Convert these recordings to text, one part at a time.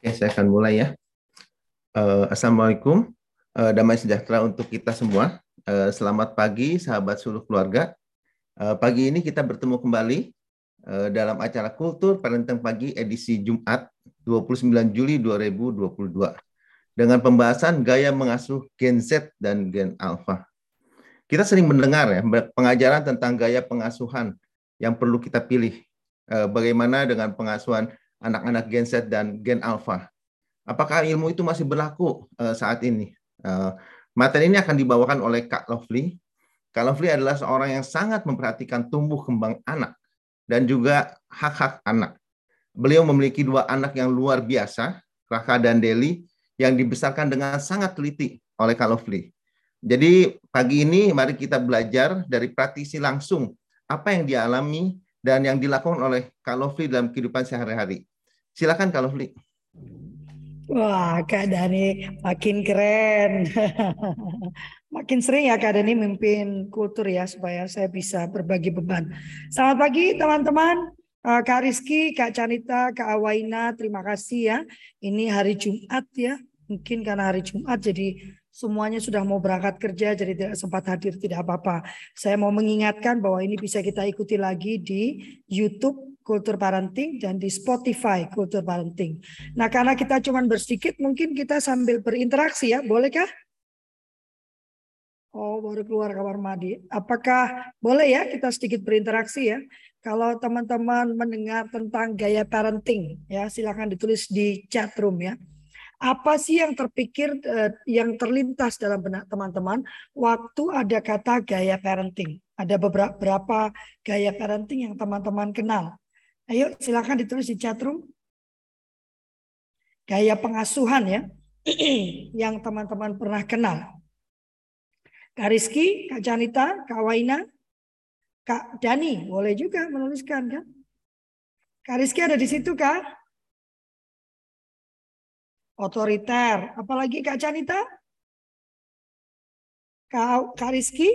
Oke, saya akan mulai ya. Assalamualaikum, damai sejahtera untuk kita semua. Selamat pagi, sahabat seluruh keluarga. Pagi ini kita bertemu kembali dalam acara Kultur Parenting Pagi edisi Jumat 29 Juli 2022 dengan pembahasan gaya mengasuh Gen Z dan Gen Alpha. Kita sering mendengar ya pengajaran tentang gaya pengasuhan yang perlu kita pilih. Bagaimana dengan pengasuhan anak-anak Gen Z dan Gen Alpha? Apakah ilmu itu masih berlaku saat ini? Materi ini akan dibawakan oleh Kak Lovely. Kak Lovely adalah seorang yang sangat memperhatikan tumbuh kembang anak dan juga hak-hak anak. Beliau memiliki dua anak yang luar biasa, Raka dan Deli, yang dibesarkan dengan sangat teliti oleh Kak Lovely. Jadi pagi ini mari kita belajar dari praktisi langsung apa yang dialami dan yang dilakukan oleh Kak Lovely dalam kehidupan sehari-hari. Silakan Kak Lovely. Wah, Kak Dani makin keren. Makin sering ya Kak Dani mimpin kultur ya supaya saya bisa berbagi beban. Selamat pagi teman-teman. Kak Rizky, Kak Canita, Kak Awaina, terima kasih ya. Ini hari Jumat ya. Mungkin karena hari Jumat jadi semuanya sudah mau berangkat kerja jadi tidak sempat hadir, tidak apa-apa. Saya mau mengingatkan bahwa ini bisa kita ikuti lagi di YouTube Kultur Parenting dan di Spotify Kultur Parenting. Nah, karena kita cuma bersedikit, mungkin kita sambil berinteraksi ya, bolehkah? Oh, baru keluar kamar mandi. Apakah boleh ya kita sedikit berinteraksi ya? Kalau teman-teman mendengar tentang gaya parenting, ya silakan ditulis di chat room ya. Apa sih yang terpikir, yang terlintas dalam benak teman-teman waktu ada kata gaya parenting? Ada beberapa gaya parenting yang teman-teman kenal. Ayo silakan ditulis di chat room. Gaya pengasuhan ya yang teman-teman pernah kenal. Kak Rizky, Kak Janita, Kak Waina, Kak Dani boleh juga menuliskan kan? Kak Rizky ada di situ Kak? Otoriter. Apalagi Kak Janita? Kak Rizky?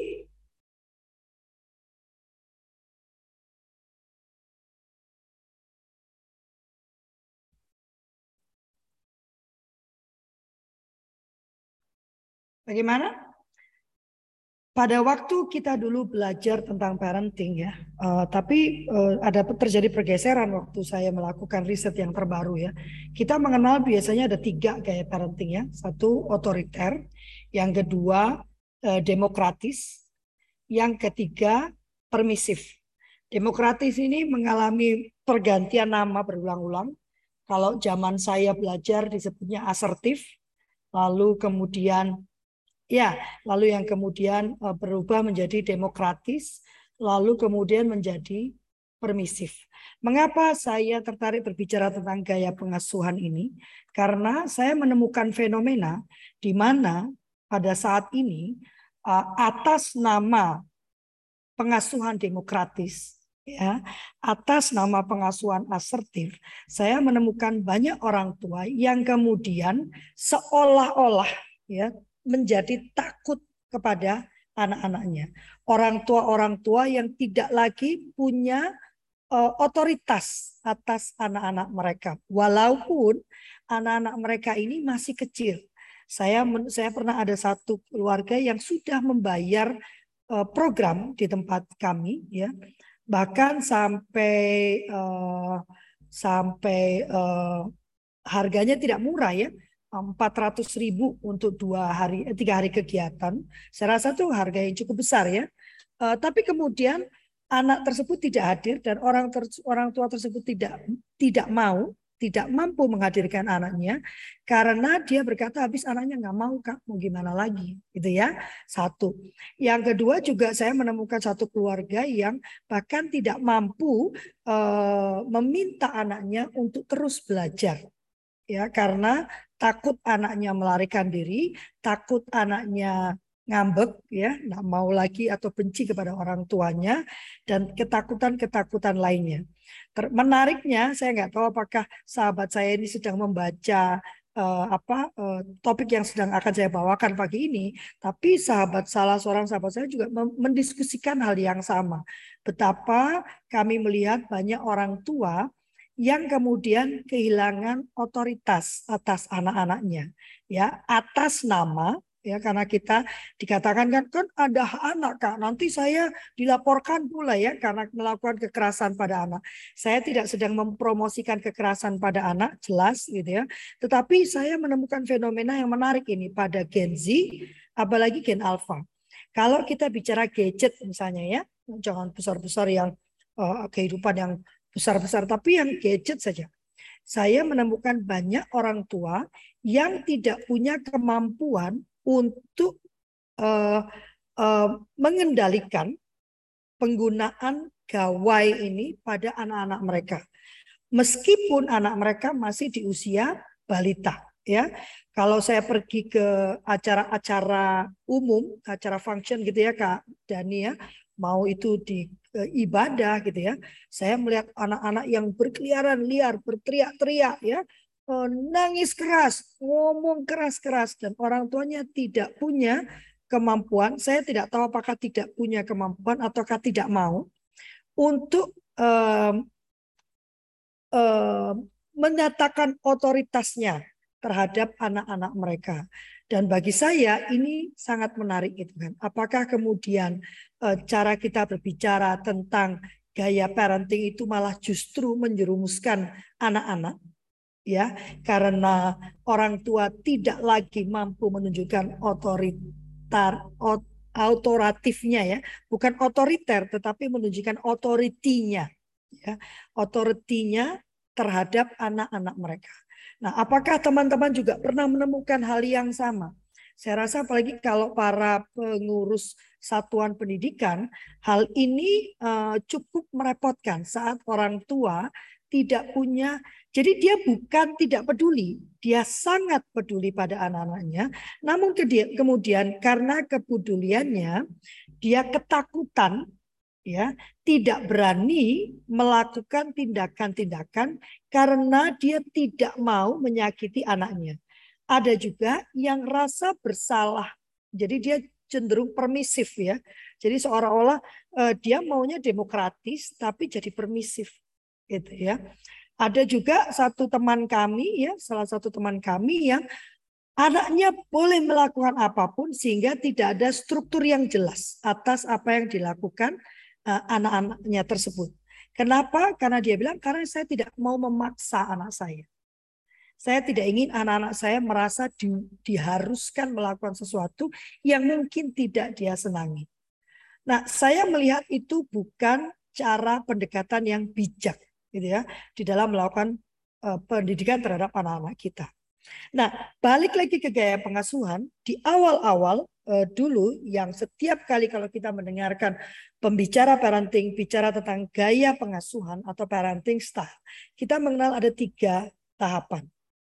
Bagaimana? Pada waktu kita dulu belajar tentang parenting ya, tapi ada terjadi pergeseran waktu saya melakukan riset yang terbaru ya. Kita mengenal biasanya ada 3 gaya parenting ya. Satu otoriter, yang kedua demokratis, yang ketiga permisif. Demokratis ini mengalami pergantian nama berulang-ulang. Kalau zaman saya belajar disebutnya asertif, lalu kemudian ya, lalu yang kemudian berubah menjadi demokratis, lalu kemudian menjadi permisif. Mengapa saya tertarik berbicara tentang gaya pengasuhan ini? Karena saya menemukan fenomena di mana pada saat ini atas nama pengasuhan demokratis, ya, atas nama pengasuhan asertif, saya menemukan banyak orang tua yang kemudian seolah-olah ya menjadi takut kepada anak-anaknya. Orang tua yang tidak lagi punya otoritas atas anak-anak mereka. Walaupun anak-anak mereka ini masih kecil. Saya pernah ada satu keluarga yang sudah membayar program di tempat kami ya. Bahkan sampai harganya tidak murah ya. 400.000 untuk 3 hari kegiatan. Saya rasa itu harga yang cukup besar ya. Tapi kemudian anak tersebut tidak hadir dan orang tua tersebut tidak mampu menghadirkan anaknya karena dia berkata habis anaknya nggak mau Kak, mau gimana lagi gitu ya. Satu. Yang kedua juga saya menemukan satu keluarga yang bahkan tidak mampu meminta anaknya untuk terus belajar ya karena takut anaknya melarikan diri, takut anaknya ngambek ya, nggak mau lagi atau benci kepada orang tuanya dan ketakutan-ketakutan lainnya. Menariknya, saya nggak tahu apakah sahabat saya ini sedang membaca topik yang sedang akan saya bawakan pagi ini, tapi salah seorang sahabat saya juga mendiskusikan hal yang sama. Betapa kami melihat banyak orang tua yang kemudian kehilangan otoritas atas anak-anaknya, ya, atas nama, ya, karena kita dikatakan kan ada anak Kak, nanti saya dilaporkan pula ya karena melakukan kekerasan pada anak. Saya tidak sedang mempromosikan kekerasan pada anak, jelas gitu ya. Tetapi saya menemukan fenomena yang menarik ini pada Gen Z, apalagi Gen Alpha. Kalau kita bicara gadget misalnya ya, jangan besar-besar yang kehidupan yang besar-besar, tapi yang gadget saja. Saya menemukan banyak orang tua yang tidak punya kemampuan untuk mengendalikan penggunaan gawai ini pada anak-anak mereka. Meskipun anak mereka masih di usia balita, ya. Kalau saya pergi ke acara-acara umum, acara function gitu ya Kak Dani ya, mau itu di ibadah gitu ya, saya melihat anak-anak yang berkeliaran liar, berteriak-teriak ya, nangis keras, ngomong keras-keras, dan orang tuanya tidak punya kemampuan. Saya tidak tahu apakah tidak punya kemampuan ataukah tidak mau untuk menyatakan otoritasnya terhadap anak-anak mereka. Dan bagi saya ini sangat menarik gitu kan. Apakah kemudian cara kita berbicara tentang gaya parenting itu malah justru menjerumuskan anak-anak, ya, karena orang tua tidak lagi mampu menunjukkan autoritatifnya ya, bukan otoriter tetapi menunjukkan otoritinya, ya, otoritinya terhadap anak-anak mereka. Nah, apakah teman-teman juga pernah menemukan hal yang sama? Saya rasa apalagi kalau para pengurus satuan pendidikan, hal ini cukup merepotkan saat orang tua tidak punya, jadi dia bukan tidak peduli, dia sangat peduli pada anak-anaknya, namun kemudian karena kepeduliannya, dia ketakutan, ya, tidak berani melakukan tindakan-tindakan karena dia tidak mau menyakiti anaknya. Ada juga yang rasa bersalah, jadi dia cenderung permisif ya. Jadi seolah-olah dia maunya demokratis tapi jadi permisif gitu ya. Ada juga satu teman kami ya, salah satu teman kami yang anaknya boleh melakukan apapun sehingga tidak ada struktur yang jelas atas apa yang dilakukan anak-anaknya tersebut. Kenapa? Karena dia bilang, karena saya tidak mau memaksa anak saya. Saya tidak ingin anak-anak saya merasa diharuskan melakukan sesuatu yang mungkin tidak dia senangi. Nah, saya melihat itu bukan cara pendekatan yang bijak gitu ya di dalam melakukan pendidikan terhadap anak-anak kita. Nah, balik lagi ke gaya pengasuhan, di awal-awal dulu yang setiap kali kalau kita mendengarkan pembicara parenting, bicara tentang gaya pengasuhan atau parenting style, kita mengenal ada 3 tahapan,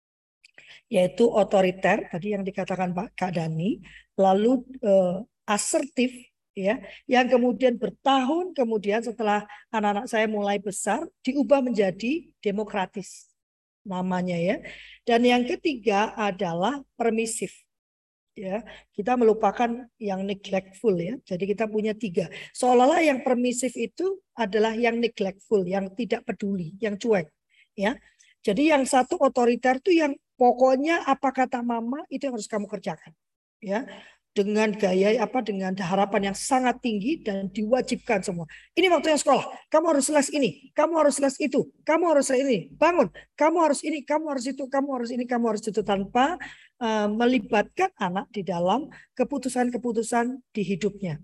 yaitu otoriter, tadi yang dikatakan Pak Kak Dani, lalu asertif, ya, yang kemudian bertahun kemudian setelah anak-anak saya mulai besar, diubah menjadi demokratis namanya ya. Dan yang ketiga adalah permisif. Ya, kita melupakan yang neglectful ya. Jadi kita punya 3. Seolah-olah yang permisif itu adalah yang neglectful, yang tidak peduli, yang cuek. Ya, jadi yang satu otoriter itu yang pokoknya apa kata mama itu yang harus kamu kerjakan. Ya, dengan gaya dengan harapan yang sangat tinggi dan diwajibkan semua. Ini waktunya sekolah, kamu harus les ini, kamu harus les itu, kamu harus les ini, bangun, kamu harus ini, kamu harus itu, kamu harus ini, kamu harus itu, tanpa melibatkan anak di dalam keputusan-keputusan di hidupnya.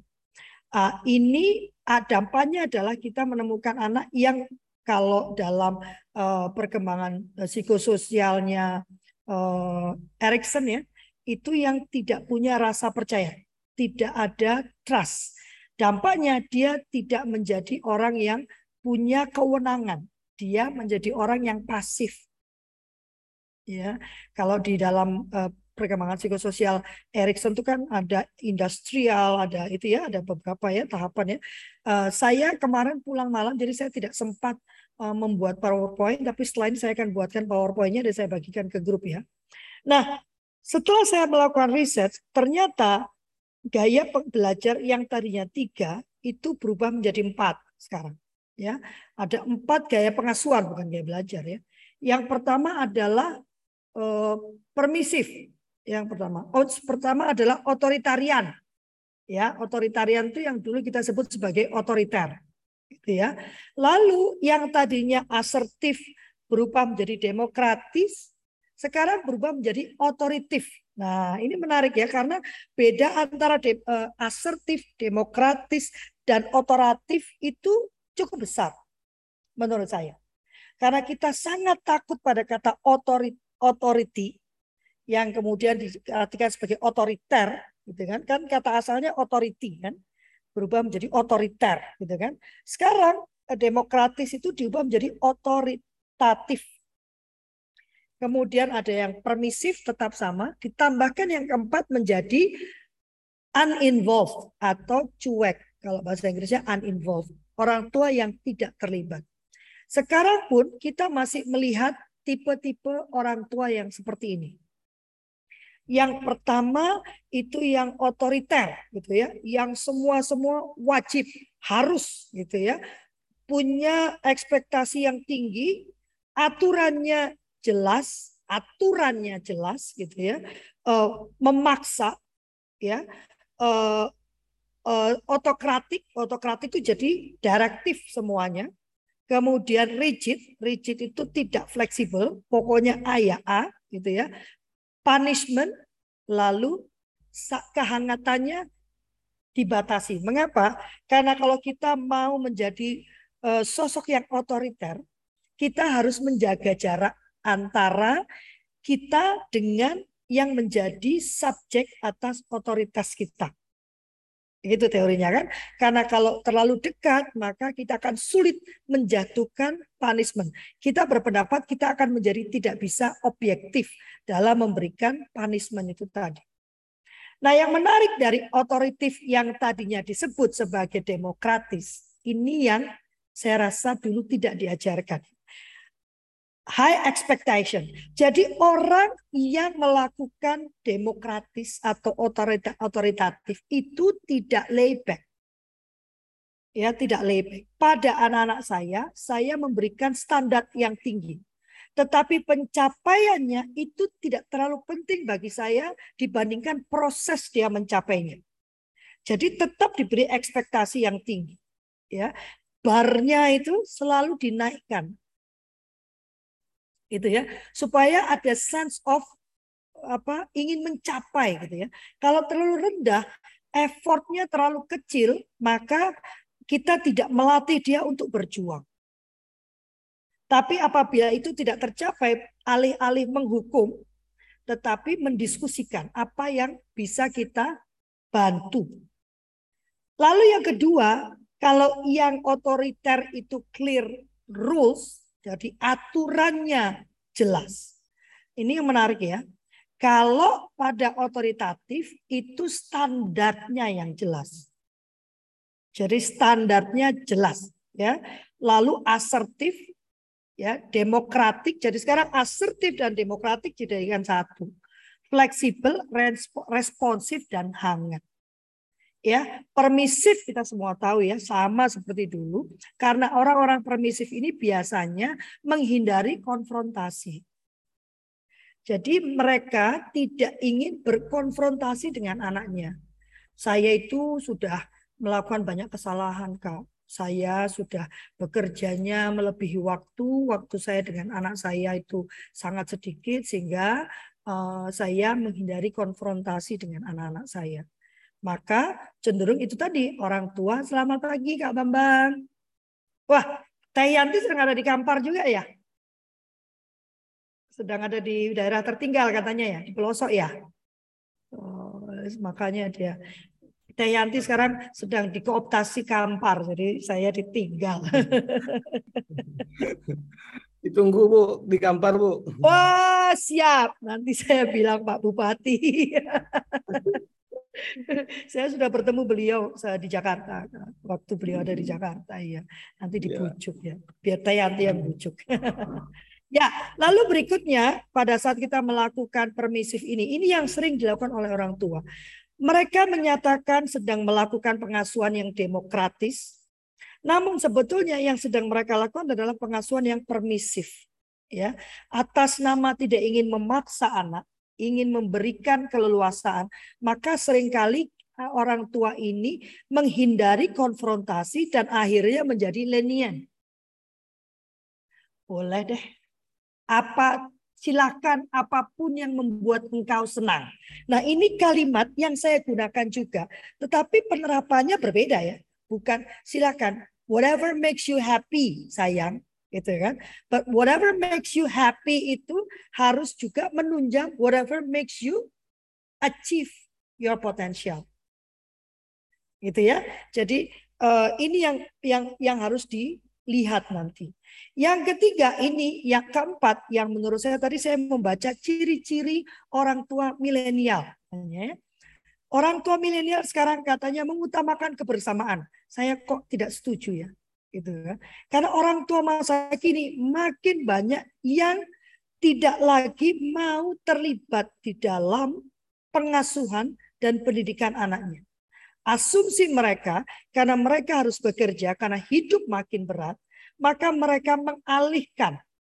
Ini dampaknya adalah kita menemukan anak yang kalau dalam perkembangan psikososialnya Erikson ya, itu yang tidak punya rasa percaya, tidak ada trust. Dampaknya dia tidak menjadi orang yang punya kewenangan, dia menjadi orang yang pasif. Ya, kalau di dalam perkembangan psikososial Erikson itu kan ada industrial, ada itu ya, ada beberapa ya tahapan ya. Saya kemarin pulang malam, jadi saya tidak sempat membuat PowerPoint, tapi setelah ini saya akan buatkan PowerPoint-nya dan saya bagikan ke grup ya. Nah, setelah saya melakukan riset, ternyata gaya belajar yang tadinya 3 itu berubah menjadi 4 sekarang. Ya, ada 4 gaya pengasuhan, bukan gaya belajar ya. Yang pertama adalah permisif. Yang pertama adalah otoritarian. Ya, otoritarian itu yang dulu kita sebut sebagai otoriter. Gitu ya. Lalu yang tadinya asertif berubah menjadi demokratis, sekarang berubah menjadi otoritif. Nah, ini menarik ya, karena beda antara asertif, demokratis, dan otoratif itu cukup besar menurut saya. Karena kita sangat takut pada kata authority yang kemudian diartikan sebagai otoriter, gitu kan? Kan kata asalnya authority kan, berubah menjadi otoriter, gitu kan? Sekarang demokratis itu diubah menjadi otoritatif. Kemudian ada yang permisif tetap sama, ditambahkan yang keempat menjadi uninvolved atau cuek. Kalau bahasa Inggrisnya uninvolved. Orang tua yang tidak terlibat. Sekarang pun kita masih melihat tipe-tipe orang tua yang seperti ini. Yang pertama itu yang otoriter gitu ya, yang semua wajib, harus gitu ya. Punya ekspektasi yang tinggi, aturannya jelas gitu ya. Memaksa ya. Otokratik itu jadi direktif semuanya. Kemudian rigid itu tidak fleksibel, pokoknya A ya A gitu ya. Punishment, lalu kehangatannya dibatasi. Mengapa? Karena kalau kita mau menjadi sosok yang otoriter, kita harus menjaga jarak antara kita dengan yang menjadi subjek atas otoritas kita. Itu teorinya kan. Karena kalau terlalu dekat, maka kita akan sulit menjatuhkan punishment. Kita berpendapat kita akan menjadi tidak bisa objektif dalam memberikan punishment itu tadi. Nah, yang menarik dari otoritif yang tadinya disebut sebagai demokratis, ini yang saya rasa dulu tidak diajarkan. High expectation. Jadi orang yang melakukan demokratis atau otoritatif itu tidak layback. Ya, tidak layback. Pada anak-anak saya memberikan standar yang tinggi. Tetapi pencapaiannya itu tidak terlalu penting bagi saya dibandingkan proses dia mencapainya. Jadi tetap diberi ekspektasi yang tinggi. Ya, barnya itu selalu dinaikkan. Gitu ya, supaya ada sense of ingin mencapai gitu ya. Kalau terlalu rendah, effortnya terlalu kecil, maka kita tidak melatih dia untuk berjuang. Tapi apabila itu tidak tercapai, alih-alih menghukum, tetapi mendiskusikan apa yang bisa kita bantu. Lalu yang kedua, kalau yang otoriter itu clear rules, jadi aturannya jelas. Ini yang menarik ya. Kalau pada otoritatif itu standarnya yang jelas. Jadi standarnya jelas ya. Lalu asertif ya, demokratik. Jadi sekarang asertif dan demokratik dijadikan satu. Fleksibel, responsif dan hangat. Ya, permisif kita semua tahu ya, sama seperti dulu. Karena orang-orang permisif ini biasanya menghindari konfrontasi. Jadi mereka tidak ingin berkonfrontasi dengan anaknya. Saya itu sudah melakukan banyak kesalahan, Kak. Saya sudah bekerjanya melebihi waktu saya dengan anak saya itu sangat sedikit sehingga saya menghindari konfrontasi dengan anak-anak saya. Maka cenderung itu tadi, orang tua, selamat pagi Kak Bambang. Wah, Teh Yanti sedang ada di Kampar juga ya? Sedang ada di daerah tertinggal katanya ya, di pelosok ya. Oh, makanya dia. Teh Yanti sekarang sedang dikooptasi Kampar, jadi saya ditinggal. Ditunggu Bu, di Kampar Bu. Wah, siap. Nanti saya bilang Pak Bupati. Saya sudah bertemu beliau di Jakarta. Waktu beliau ada di Jakarta, ya. Nanti dibujuk ya. Biar Teh Yanti yang bujuk. Ya, lalu berikutnya pada saat kita melakukan permisif ini yang sering dilakukan oleh orang tua. Mereka menyatakan sedang melakukan pengasuhan yang demokratis, Namun sebetulnya yang sedang mereka lakukan adalah pengasuhan yang permisif, ya, atas nama tidak ingin memaksa anak, ingin memberikan keleluasaan, maka seringkali orang tua ini menghindari konfrontasi dan akhirnya menjadi lenient. Boleh deh, silakan apapun yang membuat engkau senang. Nah, ini kalimat yang saya gunakan juga, tetapi penerapannya berbeda ya. Bukan silakan, whatever makes you happy, sayang, gitu kan. But whatever makes you happy itu harus juga menunjang whatever makes you achieve your potential. Gitu ya. Jadi ini yang harus dilihat nanti. Yang ketiga ini, yang keempat, yang menurut saya tadi saya membaca ciri-ciri orang tua milenial. Orang tua milenial sekarang katanya mengutamakan kebersamaan. Saya kok tidak setuju ya. Gitu kan. Karena orang tua masa kini makin banyak yang tidak lagi mau terlibat di dalam pengasuhan dan pendidikan anaknya. Asumsi mereka, karena mereka harus bekerja, karena hidup makin berat, maka mereka mengalihkan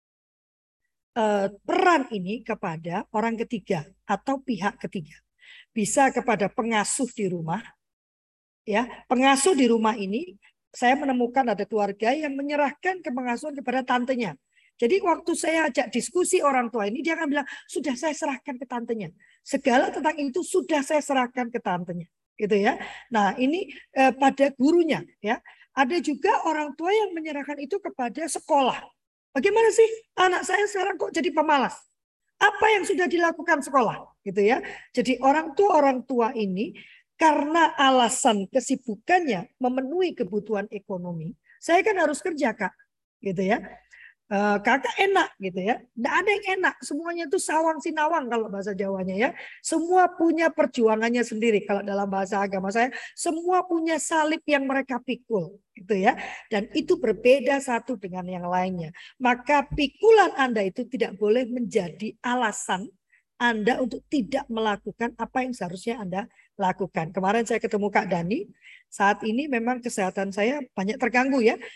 peran ini kepada orang ketiga atau pihak ketiga. Bisa kepada pengasuh di rumah. Ya, pengasuh di rumah ini, saya menemukan ada keluarga yang menyerahkan pengasuhan kepada tantenya. Jadi waktu saya ajak diskusi orang tua ini, dia akan bilang, sudah saya serahkan ke tantenya. Segala tentang itu sudah saya serahkan ke tantenya. Gitu ya. Nah, ini pada gurunya ya. Ada juga orang tua yang menyerahkan itu kepada sekolah. Bagaimana sih anak saya sekarang kok jadi pemalas? Apa yang sudah dilakukan sekolah? Gitu ya. Jadi orang tua ini karena alasan kesibukannya memenuhi kebutuhan ekonomi, saya kan harus kerja, Kak. Gitu ya. Kakak enak gitu ya. Nggak ada yang enak. Semuanya itu sawang sinawang kalau bahasa Jawanya ya. Semua punya perjuangannya sendiri. Kalau dalam bahasa agama saya, semua punya salib yang mereka pikul gitu ya. Dan itu berbeda satu dengan yang lainnya. Maka pikulan Anda itu tidak boleh menjadi alasan Anda untuk tidak melakukan apa yang seharusnya Anda lakukan. Kemarin saya ketemu Kak Dani. Saat ini memang kesehatan saya banyak terganggu ya.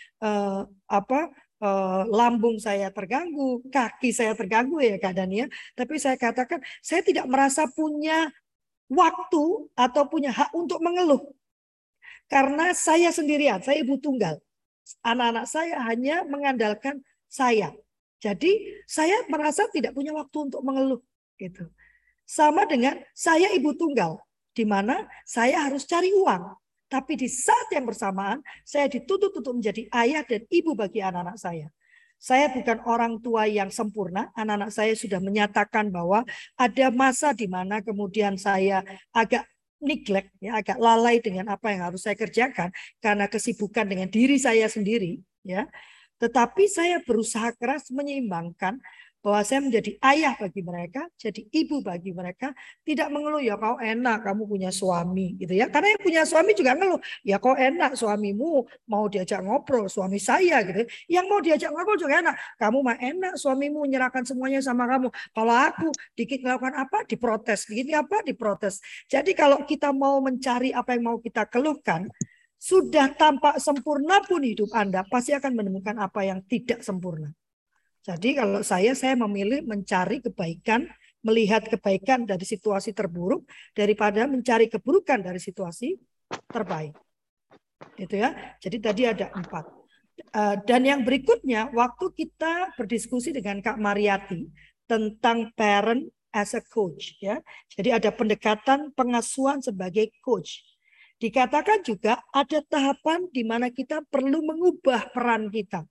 Lambung saya terganggu, kaki saya terganggu ya Kak Dania. Tapi saya katakan saya tidak merasa punya waktu atau punya hak untuk mengeluh. Karena saya sendirian, saya ibu tunggal. Anak-anak saya hanya mengandalkan saya. Jadi saya merasa tidak punya waktu untuk mengeluh. Gitu. Sama dengan saya ibu tunggal, di mana saya harus cari uang. Tapi di saat yang bersamaan, saya dituntut untuk menjadi ayah dan ibu bagi anak-anak saya. Saya bukan orang tua yang sempurna. Anak-anak saya sudah menyatakan bahwa ada masa di mana kemudian saya agak neglect, ya, agak lalai dengan apa yang harus saya kerjakan karena kesibukan dengan diri saya sendiri. Ya. Tetapi saya berusaha keras menyeimbangkan bahwa saya menjadi ayah bagi mereka, jadi ibu bagi mereka, tidak mengeluh, ya kau enak, kamu punya suami, gitu ya. Karena yang punya suami juga ngeluh, ya kau enak, suamimu mau diajak ngobrol, suami saya, gitu. Yang mau diajak ngobrol juga enak, kamu mah enak, suamimu menyerahkan semuanya sama kamu. Kalau aku dikit melakukan apa, diprotes, dikit apa, diprotes. Jadi kalau kita mau mencari apa yang mau kita keluhkan, sudah tampak sempurna pun hidup Anda, pasti akan menemukan apa yang tidak sempurna. Jadi kalau saya memilih mencari kebaikan, melihat kebaikan dari situasi terburuk daripada mencari keburukan dari situasi terbaik. Gitu ya. Jadi tadi ada 4. Dan yang berikutnya, waktu kita berdiskusi dengan Kak Mariati tentang parent as a coach, ya. Jadi ada pendekatan pengasuhan sebagai coach. Dikatakan juga ada tahapan di mana kita perlu mengubah peran kita.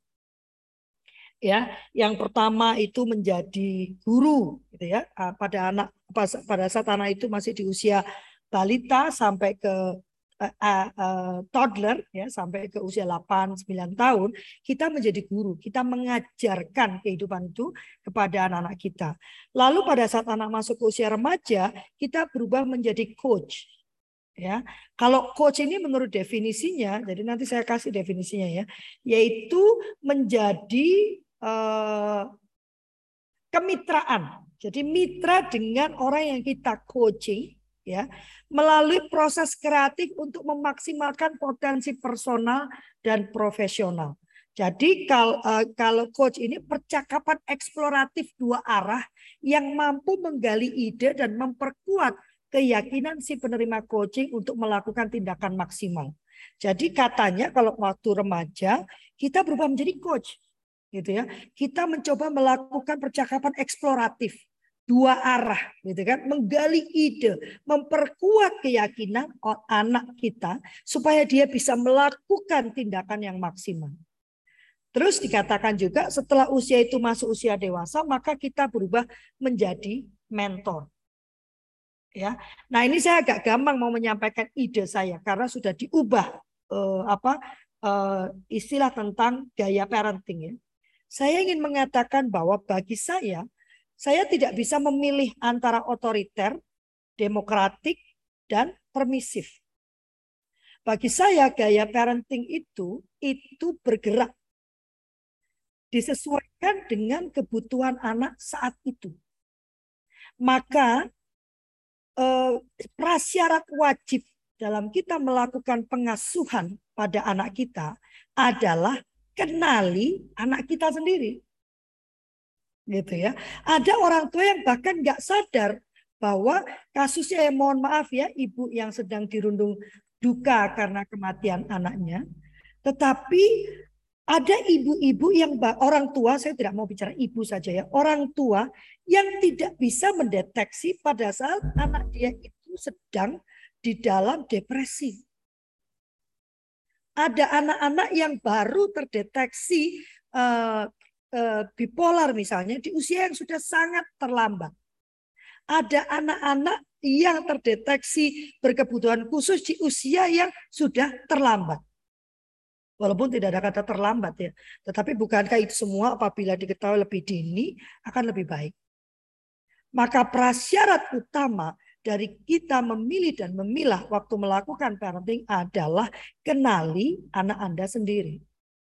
Ya, yang pertama itu menjadi guru, gitu ya, pada saat anak itu masih di usia balita sampai ke toddler, ya, sampai ke usia 8-9 tahun, kita menjadi guru, kita mengajarkan kehidupan itu kepada anak-anak kita. Lalu pada saat anak masuk ke usia remaja, kita berubah menjadi coach. Ya, kalau coach ini menurut definisinya, jadi nanti saya kasih definisinya ya, yaitu menjadi kemitraan. Jadi mitra dengan orang yang kita coaching, ya, melalui proses kreatif untuk memaksimalkan potensi personal dan profesional. Jadi kalau coach ini percakapan eksploratif dua arah yang mampu menggali ide dan memperkuat keyakinan si penerima coaching untuk melakukan tindakan maksimal. Jadi katanya kalau waktu remaja kita berubah menjadi coach, gitu ya. Kita mencoba melakukan percakapan eksploratif dua arah, gitu kan, menggali ide, memperkuat keyakinan anak kita supaya dia bisa melakukan tindakan yang maksimal. Terus dikatakan juga setelah usia itu masuk usia dewasa, maka kita berubah menjadi mentor. Ya, nah ini saya agak gampang mau menyampaikan ide saya karena sudah diubah istilah tentang gaya parenting ya. Saya ingin mengatakan bahwa bagi saya tidak bisa memilih antara otoriter, demokratik, dan permisif. Bagi saya gaya parenting itu bergerak disesuaikan dengan kebutuhan anak saat itu. Maka prasyarat wajib dalam kita melakukan pengasuhan pada anak kita adalah kenali anak kita sendiri. Gitu ya. Ada orang tua yang bahkan nggak sadar bahwa kasusnya, mohon maaf ya, ibu yang sedang dirundung duka karena kematian anaknya. Tetapi ada ibu-ibu yang, orang tua, saya tidak mau bicara ibu saja ya, orang tua yang tidak bisa mendeteksi pada saat anak dia itu sedang di dalam depresi. Ada anak-anak yang baru terdeteksi bipolar misalnya di usia yang sudah sangat terlambat. Ada anak-anak yang terdeteksi berkebutuhan khusus di usia yang sudah terlambat. Walaupun tidak ada kata terlambat ya. Tetapi bukankah itu semua apabila diketahui lebih dini akan lebih baik. Maka prasyarat utama dari kita memilih dan memilah waktu melakukan parenting adalah kenali anak Anda sendiri.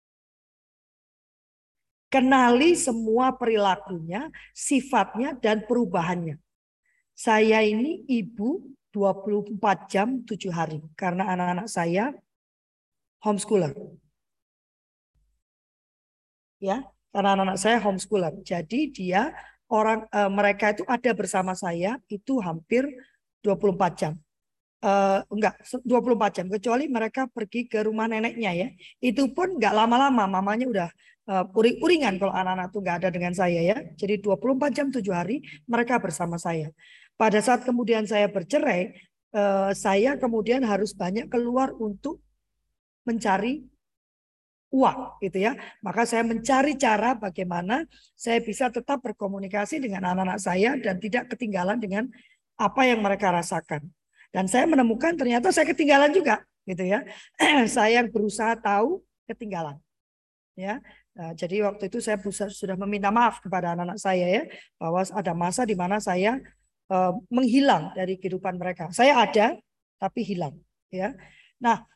Kenali semua perilakunya, sifatnya, dan perubahannya. Saya ini ibu 24 jam 7 hari. Karena anak-anak saya homeschooler. Ya, karena anak-anak saya homeschooler. Jadi mereka itu ada bersama saya itu hampir 24 jam. Enggak, 24 jam. Kecuali mereka pergi ke rumah neneknya ya. Itu pun enggak lama-lama. Mamanya udah uring-uringan kalau anak-anak itu enggak ada dengan saya ya. Jadi 24 jam 7 hari mereka bersama saya. Pada saat kemudian saya bercerai, saya kemudian harus banyak keluar untuk mencari uang gitu ya. Maka saya mencari cara bagaimana saya bisa tetap berkomunikasi dengan anak-anak saya dan tidak ketinggalan dengan apa yang mereka rasakan. Dan saya menemukan ternyata saya ketinggalan juga gitu ya. Saya yang berusaha tahu ketinggalan. Ya. Nah, jadi waktu itu saya sudah meminta maaf kepada anak-anak saya ya, bahwa ada masa di mana saya menghilang dari kehidupan mereka. Saya ada tapi hilang ya. Nah,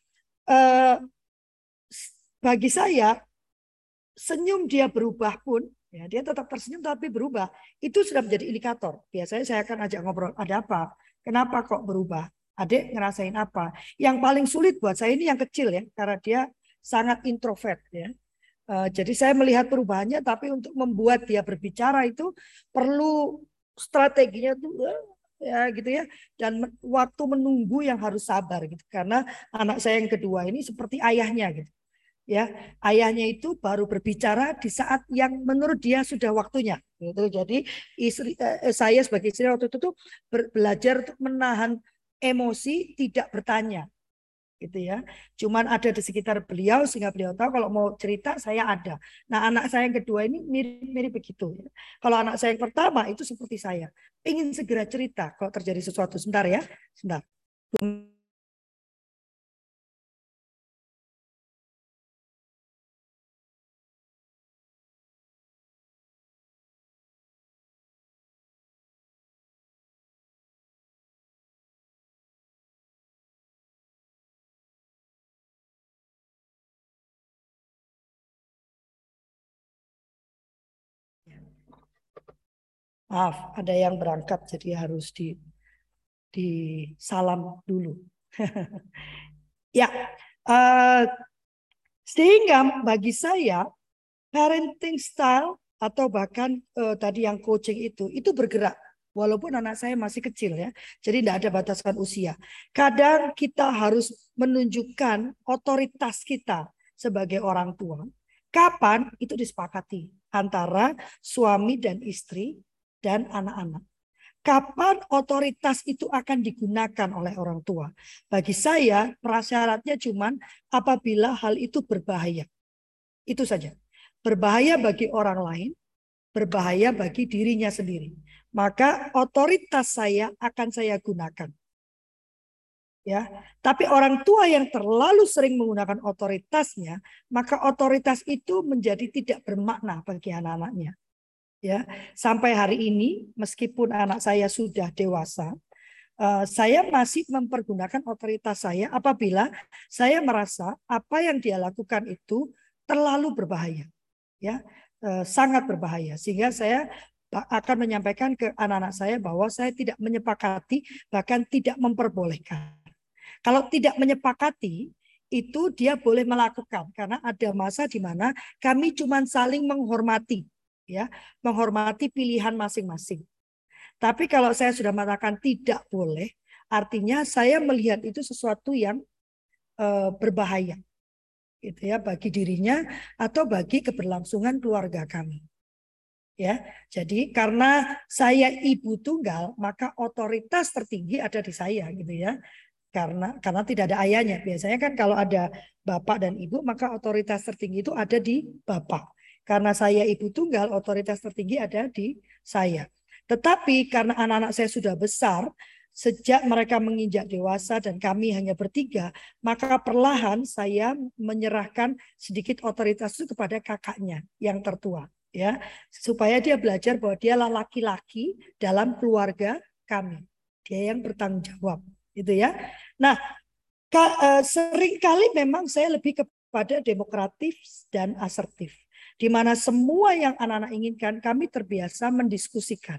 bagi saya senyum dia berubah pun, ya dia tetap tersenyum tapi berubah, itu sudah menjadi indikator. Biasanya saya akan ajak ngobrol, ada apa? Kenapa kok berubah? Adik ngerasain apa? Yang paling sulit buat saya ini yang kecil ya, karena dia sangat introvert ya. Jadi saya melihat perubahannya, tapi untuk membuat dia berbicara itu perlu strateginya tuh ya gitu ya, dan waktu menunggu yang harus sabar gitu, karena anak saya yang kedua ini seperti ayahnya gitu. Ya, ayahnya itu baru berbicara di saat yang menurut dia sudah waktunya. Gitu. Jadi saya sebagai istri waktu itu tuh belajar untuk menahan emosi, tidak bertanya, gitu ya. Cuman ada di sekitar beliau sehingga beliau tahu kalau mau cerita saya ada. Nah, anak saya yang kedua ini mirip-mirip begitu. Ya. Kalau anak saya yang pertama itu seperti saya, ingin segera cerita kalau terjadi sesuatu. Sebentar ya, sebentar. Maaf, ada yang berangkat jadi harus di disalam dulu. Ya, sehingga bagi saya parenting style atau bahkan tadi yang coaching itu bergerak. Walaupun anak saya masih kecil ya, jadi tidak ada batasan usia. Kadang kita harus menunjukkan otoritas kita sebagai orang tua. Kapan itu disepakati antara suami dan istri dan anak-anak. Kapan otoritas itu akan digunakan oleh orang tua? Bagi saya prasyaratnya cuman apabila hal itu berbahaya. Itu saja. Berbahaya bagi orang lain, berbahaya bagi dirinya sendiri. Maka otoritas saya akan saya gunakan. Ya, tapi orang tua yang terlalu sering menggunakan otoritasnya, maka otoritas itu menjadi tidak bermakna bagi anak-anaknya. Ya, sampai hari ini meskipun anak saya sudah dewasa, saya masih mempergunakan otoritas saya apabila saya merasa apa yang dia lakukan itu terlalu berbahaya. Ya, sangat berbahaya, sehingga saya akan menyampaikan ke anak-anak saya bahwa saya tidak menyepakati, bahkan tidak memperbolehkan. Kalau tidak menyepakati, itu dia boleh melakukan, karena ada masa di mana kami cuma saling menghormati, ya, menghormati pilihan masing-masing. Tapi kalau saya sudah mengatakan tidak boleh, artinya saya melihat itu sesuatu yang berbahaya, gitu ya, bagi dirinya atau bagi keberlangsungan keluarga kami. Ya, jadi karena saya ibu tunggal, maka otoritas tertinggi ada di saya, gitu ya. Karena tidak ada ayahnya. Biasanya kan kalau ada bapak dan ibu, maka otoritas tertinggi itu ada di bapak. Karena saya ibu tunggal, otoritas tertinggi ada di saya. Tetapi karena anak-anak saya sudah besar, sejak mereka menginjak dewasa dan kami hanya bertiga, maka perlahan saya menyerahkan sedikit otoritas itu kepada kakaknya yang tertua. Ya, supaya dia belajar bahwa dialah laki-laki dalam keluarga kami. Dia yang bertanggung jawab, gitu ya. Nah, seringkali memang saya lebih kepada demokratif dan asertif, di mana semua yang anak-anak inginkan kami terbiasa mendiskusikan.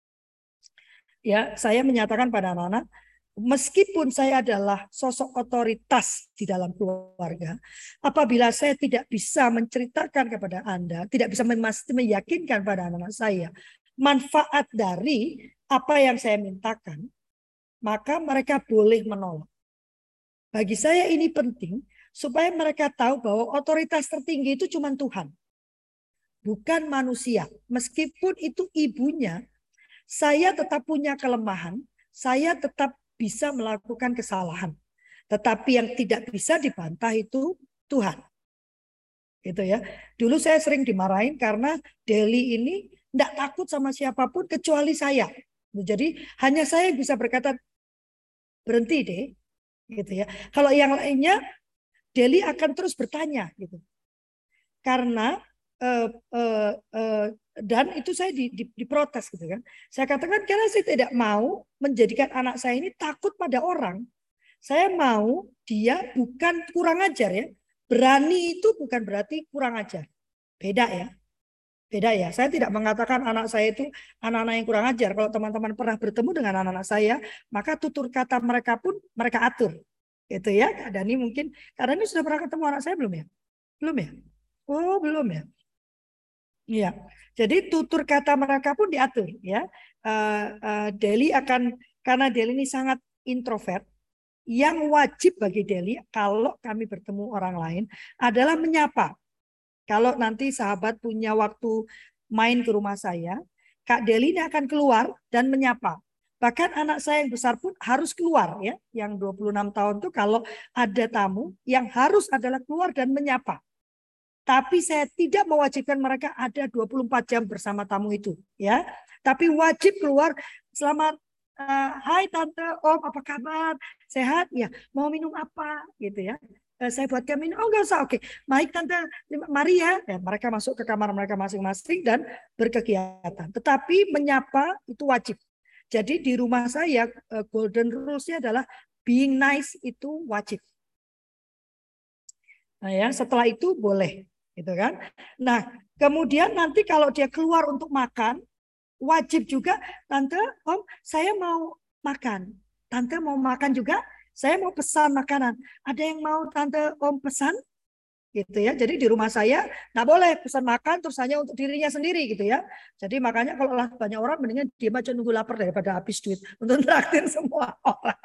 Ya, saya menyatakan pada anak-anak, meskipun saya adalah sosok otoritas di dalam keluarga, apabila saya tidak bisa menceritakan kepada Anda, tidak bisa meyakinkan pada anak-anak saya manfaat dari apa yang saya mintakan, maka mereka boleh menolak. Bagi saya ini penting supaya mereka tahu bahwa otoritas tertinggi itu cuma Tuhan, bukan manusia. Meskipun itu ibunya, saya tetap punya kelemahan, saya tetap bisa melakukan kesalahan. Tetapi yang tidak bisa dibantah itu Tuhan. Gitu ya. Dulu saya sering dimarahin karena Deli ini tidak takut sama siapapun kecuali saya. Jadi hanya saya bisa berkata berhenti deh, gitu ya. Kalau yang lainnya Deli akan terus bertanya, gitu. Karena dan itu saya diprotes, gitu kan. Saya katakan karena saya tidak mau menjadikan anak saya ini takut pada orang. Saya mau dia bukan kurang ajar ya. Berani itu bukan berarti kurang ajar. Beda ya. Beda ya. Saya tidak mengatakan anak saya itu anak-anak yang kurang ajar. Kalau teman-teman pernah bertemu dengan anak-anak saya, maka tutur kata mereka pun mereka atur. Itu ya. Kak Dani mungkin. Kak Dani sudah pernah ketemu anak saya belum ya? Belum ya? Oh, belum ya. Iya, jadi tutur kata mereka pun diatur ya. Deli akan, karena Deli ini sangat introvert, yang wajib bagi Deli kalau kami bertemu orang lain adalah menyapa. Kalau nanti sahabat punya waktu main ke rumah saya, Kak Deli ini akan keluar dan menyapa. Bahkan anak saya yang besar pun harus keluar ya. Yang 26 tahun itu kalau ada tamu yang harus adalah keluar dan menyapa. Tapi saya tidak mewajibkan mereka ada 24 jam bersama tamu itu, ya. Tapi wajib keluar selamat, hai tante, om, apa kabar? Sehat? Ya. Mau minum apa? Gitu ya. Saya buatkan minum. Oh, enggak usah. Oke. Baik tante, mari ya. Mereka masuk ke kamar mereka masing-masing dan berkegiatan. Tetapi menyapa itu wajib. Jadi di rumah saya golden rules-nya adalah being nice itu wajib. Nah ya, setelah itu boleh. Gitu kan. Nah, kemudian nanti kalau dia keluar untuk makan, wajib juga, tante, om, saya mau makan. Tante mau makan juga? Saya mau pesan makanan. Ada yang mau Tante Om pesan? Gitu ya. Jadi di rumah saya nggak boleh pesan makan terus hanya untuk dirinya sendiri gitu ya. Jadi makanya kalau lah banyak orang mendingan diam aja nunggu lapar daripada habis duit untuk traktir semua orang.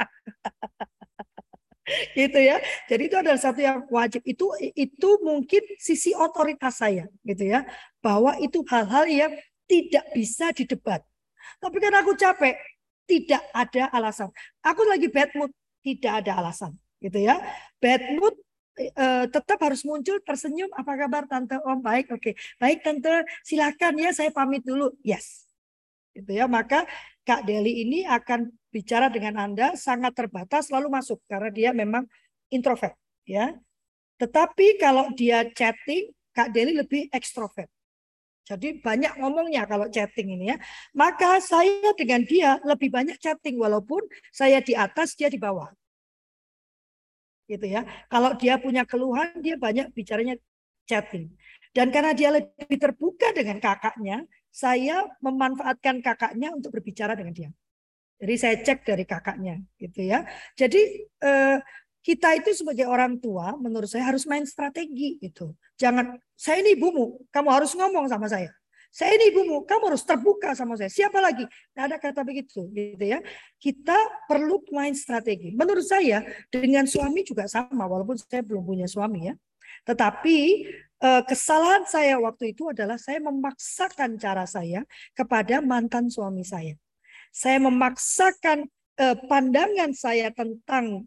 Gitu ya. Jadi itu adalah satu yang wajib. Itu mungkin sisi otoritas saya gitu ya. Bahwa itu hal-hal yang tidak bisa didebat. Tapi kan aku capek, tidak ada alasan. Aku lagi bad mood, tidak ada alasan gitu ya. Bad mood tetap harus muncul, tersenyum, apa kabar Tante Om? Baik, oke. Baik Tante, silakan ya, saya pamit dulu. Yes. Gitu ya. Maka Kak Deli ini akan bicara dengan Anda sangat terbatas lalu masuk karena dia memang introvert ya. Tetapi kalau dia chatting, Kak Deli lebih ekstrovert. Jadi banyak ngomongnya kalau chatting ini ya. Maka saya dengan dia lebih banyak chatting walaupun saya di atas, dia di bawah. Gitu ya. Kalau dia punya keluhan, dia banyak bicaranya chatting. Dan karena dia lebih terbuka dengan kakaknya, saya memanfaatkan kakaknya untuk berbicara dengan dia. Jadi saya cek dari kakaknya, gitu ya. Jadi kita itu sebagai orang tua, menurut saya harus main strategi gitu. Jangan, saya ini ibumu, kamu harus ngomong sama saya. Saya ini ibumu, kamu harus terbuka sama saya. Siapa lagi? Nggak ada kata begitu, gitu ya. Kita perlu main strategi. Menurut saya dengan suami juga sama, walaupun saya belum punya suami ya. Tetapi kesalahan saya waktu itu adalah saya memaksakan cara saya kepada mantan suami saya. Saya memaksakan pandangan saya tentang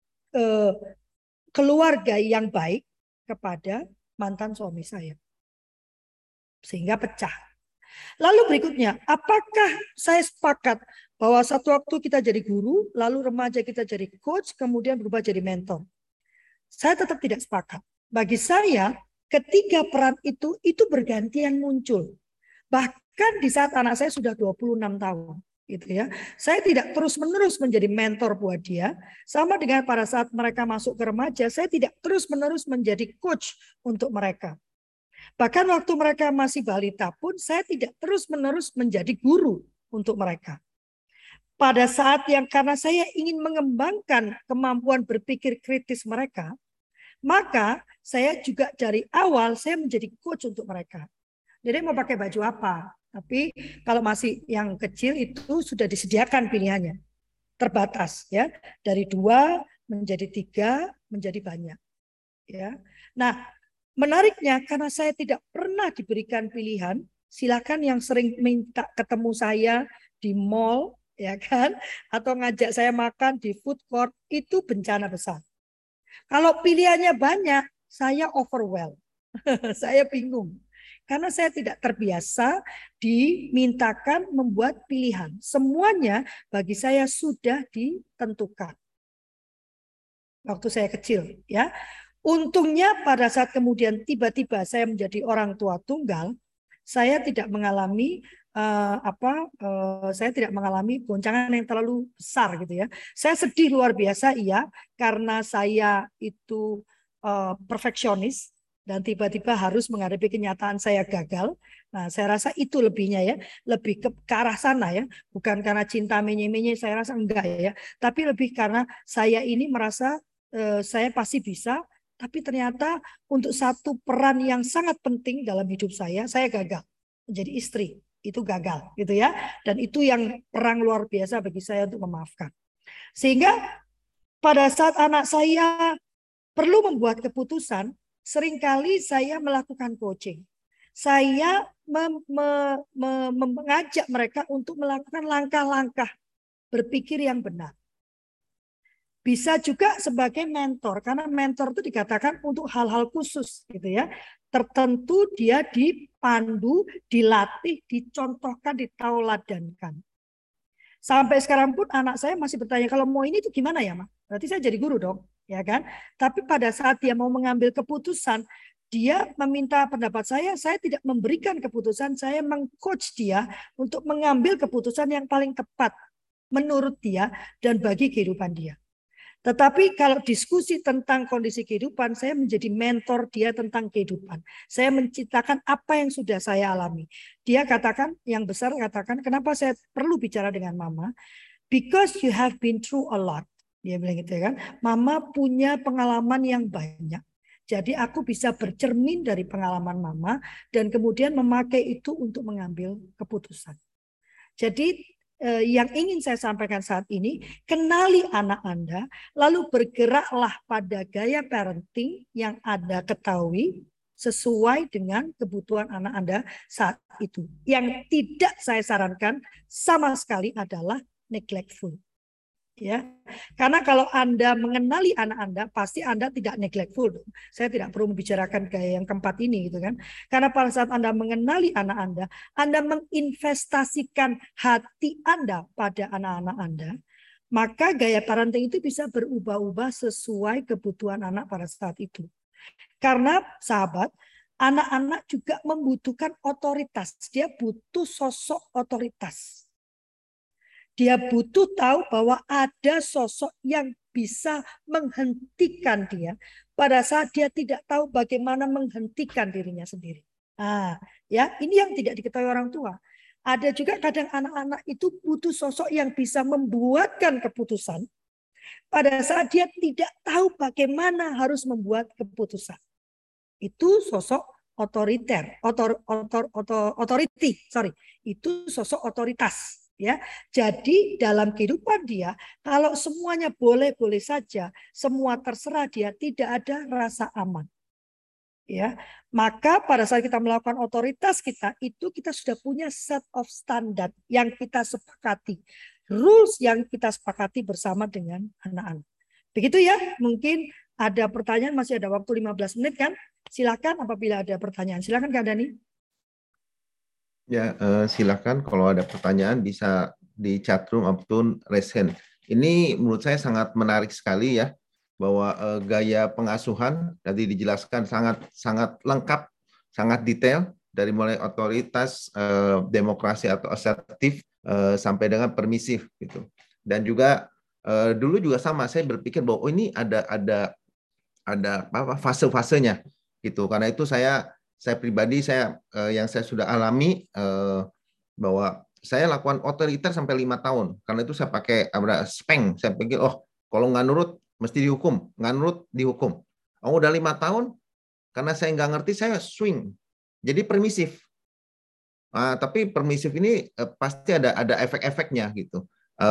keluarga yang baik kepada mantan suami saya. Sehingga pecah. Lalu berikutnya, apakah saya sepakat bahwa satu waktu kita jadi guru, lalu remaja kita jadi coach, kemudian berubah jadi mentor? Saya tetap tidak sepakat. Bagi saya, ketiga peran itu bergantian muncul. Bahkan di saat anak saya sudah 26 tahun. Gitu ya. Saya tidak terus-menerus menjadi mentor buat dia. Sama dengan pada saat mereka masuk ke remaja, saya tidak terus-menerus menjadi coach untuk mereka. Bahkan waktu mereka masih balita pun saya tidak terus-menerus menjadi guru untuk mereka. Pada saat yang karena saya ingin mengembangkan kemampuan berpikir kritis mereka, maka saya juga dari awal saya menjadi coach untuk mereka. Jadi mau pakai baju apa? Tapi kalau masih yang kecil itu sudah disediakan pilihannya. Terbatas ya. Dari 2 menjadi 3 menjadi banyak. Ya. Nah, menariknya karena saya tidak pernah diberikan pilihan, silakan yang sering minta ketemu saya di mall, ya kan, atau ngajak saya makan di food court, itu bencana besar. Kalau pilihannya banyak, saya overwhelmed, saya bingung, karena saya tidak terbiasa dimintakan membuat pilihan. Semuanya bagi saya sudah ditentukan. Waktu saya kecil, ya. Untungnya pada saat kemudian tiba-tiba saya menjadi orang tua tunggal, saya tidak mengalami saya tidak mengalami goncangan yang terlalu besar gitu ya. Saya sedih luar biasa iya karena saya itu perfeksionis dan tiba-tiba harus menghadapi kenyataan saya gagal. Nah, saya rasa itu lebihnya ya, lebih ke arah sana ya, bukan karena cinta menye-menye, saya rasa enggak ya, tapi lebih karena saya ini merasa saya pasti bisa. Tapi ternyata untuk satu peran yang sangat penting dalam hidup saya gagal. Menjadi istri, itu gagal gitu ya. Dan itu yang perang luar biasa bagi saya untuk memaafkan. Sehingga pada saat anak saya perlu membuat keputusan, seringkali saya melakukan coaching. Saya mengajak mereka untuk melakukan langkah-langkah berpikir yang benar. Bisa juga sebagai mentor, karena mentor itu dikatakan untuk hal-hal khusus gitu ya. Tertentu dia dipandu, dilatih, dicontohkan, ditauladankan. Sampai sekarang pun anak saya masih bertanya, kalau mau ini itu gimana ya, Ma? Berarti saya jadi guru dong, ya kan? Tapi pada saat dia mau mengambil keputusan, dia meminta pendapat saya tidak memberikan keputusan, saya meng-coach dia untuk mengambil keputusan yang paling tepat menurut dia dan bagi kehidupan dia. Tetapi kalau diskusi tentang kondisi kehidupan, saya menjadi mentor dia tentang kehidupan. Saya menciptakan apa yang sudah saya alami. Dia katakan, yang besar katakan, kenapa saya perlu bicara dengan mama? Because you have been through a lot. Dia bilang gitu ya kan. Mama punya pengalaman yang banyak. Jadi aku bisa bercermin dari pengalaman mama dan kemudian memakai itu untuk mengambil keputusan. Jadi yang ingin saya sampaikan saat ini, kenali anak Anda, lalu bergeraklah pada gaya parenting yang Anda ketahui sesuai dengan kebutuhan anak Anda saat itu. Yang tidak saya sarankan sama sekali adalah neglectful. Ya, karena kalau Anda mengenali anak Anda, pasti Anda tidak neglectful. Saya tidak perlu membicarakan gaya yang keempat ini, gitu kan? Karena pada saat Anda mengenali anak Anda menginvestasikan hati Anda pada anak-anak Anda, maka gaya parenting itu bisa berubah-ubah sesuai kebutuhan anak pada saat itu. Karena sahabat, anak-anak juga membutuhkan otoritas. Dia butuh sosok otoritas. Dia butuh tahu bahwa ada sosok yang bisa menghentikan dia pada saat dia tidak tahu bagaimana menghentikan dirinya sendiri. Ya, ini yang tidak diketahui orang tua. Ada juga kadang anak-anak itu butuh sosok yang bisa membuatkan keputusan pada saat dia tidak tahu bagaimana harus membuat keputusan. Itu sosok otoriter, itu sosok otoritas. Ya, jadi dalam kehidupan dia, kalau semuanya boleh-boleh saja, semua terserah dia, tidak ada rasa aman. Ya, maka pada saat kita melakukan otoritas kita, itu kita sudah punya set of standard yang kita sepakati, rules yang kita sepakati bersama dengan anak-anak. Begitu ya, mungkin ada pertanyaan, masih ada waktu 15 menit kan? Silakan apabila ada pertanyaan. Silakan Kak Dani. Ya, silakan kalau ada pertanyaan bisa di chat room ataupun raise hand. Ini menurut saya sangat menarik sekali ya, bahwa gaya pengasuhan tadi dijelaskan sangat lengkap, sangat detail dari mulai otoritas, demokrasi atau asertif sampai dengan permisif gitu. Dan juga dulu juga sama, saya berpikir bahwa ini ada fase-fasenya gitu. Karena itu saya pribadi yang saya sudah alami bahwa saya lakukan otoriter sampai 5 tahun. Karena itu saya pakai speng. Saya pikir kalau nggak nurut mesti dihukum, nggak nurut dihukum. Udah 5 tahun karena saya nggak ngerti, saya swing jadi permisif. Tapi permisif ini pasti ada efek-efeknya gitu.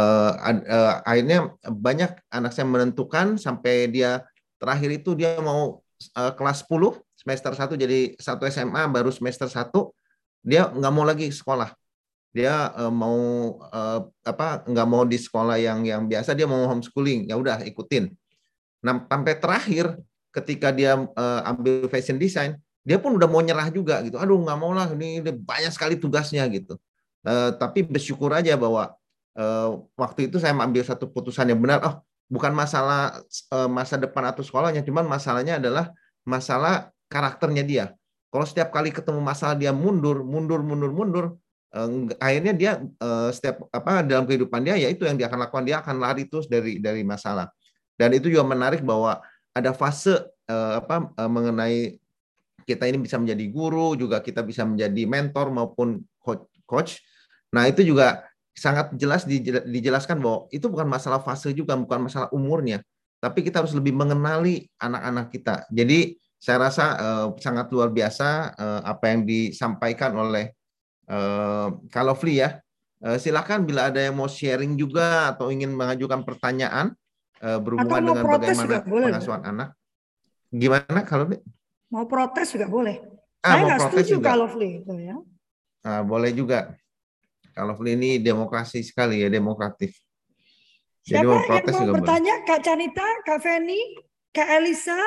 Akhirnya banyak anak saya menentukan sampai dia terakhir itu dia mau kelas 10 semester 1 jadi 1 SMA baru semester 1 dia nggak mau lagi sekolah. Dia nggak mau di sekolah yang biasa, dia mau homeschooling. Ya udah ikutin. Nah, sampai terakhir ketika dia ambil fashion design, dia pun udah mau nyerah juga gitu. Aduh nggak mau lah, ini banyak sekali tugasnya gitu. Tapi bersyukur aja bahwa waktu itu saya ambil satu putusan yang benar. Bukan masalah masa depan atau sekolahnya, cuman masalahnya adalah masalah karakternya dia. Kalau setiap kali ketemu masalah dia mundur, akhirnya dia setiap dalam kehidupan dia, ya itu yang dia akan lakukan, dia akan lari terus dari masalah. Dan itu juga menarik bahwa ada fase mengenai kita ini bisa menjadi guru, juga kita bisa menjadi mentor maupun coach. Nah, itu juga sangat jelas dijelaskan bahwa itu bukan masalah fase juga, bukan masalah umurnya, tapi kita harus lebih mengenali anak-anak kita. Jadi saya rasa sangat luar biasa apa yang disampaikan oleh Kak Lovely ya. Silakan bila ada yang mau sharing juga atau ingin mengajukan pertanyaan berhubungan dengan bagaimana pengasuhan anak. Gimana kalau mau protes juga boleh. Saya nggak setuju Kak Lovely itu ya. Boleh juga. Kak Lovely ini demokrasi sekali ya, demokratif. Siapa yang mau bertanya? Kak Canita, Kak Feni, Kak Elisa,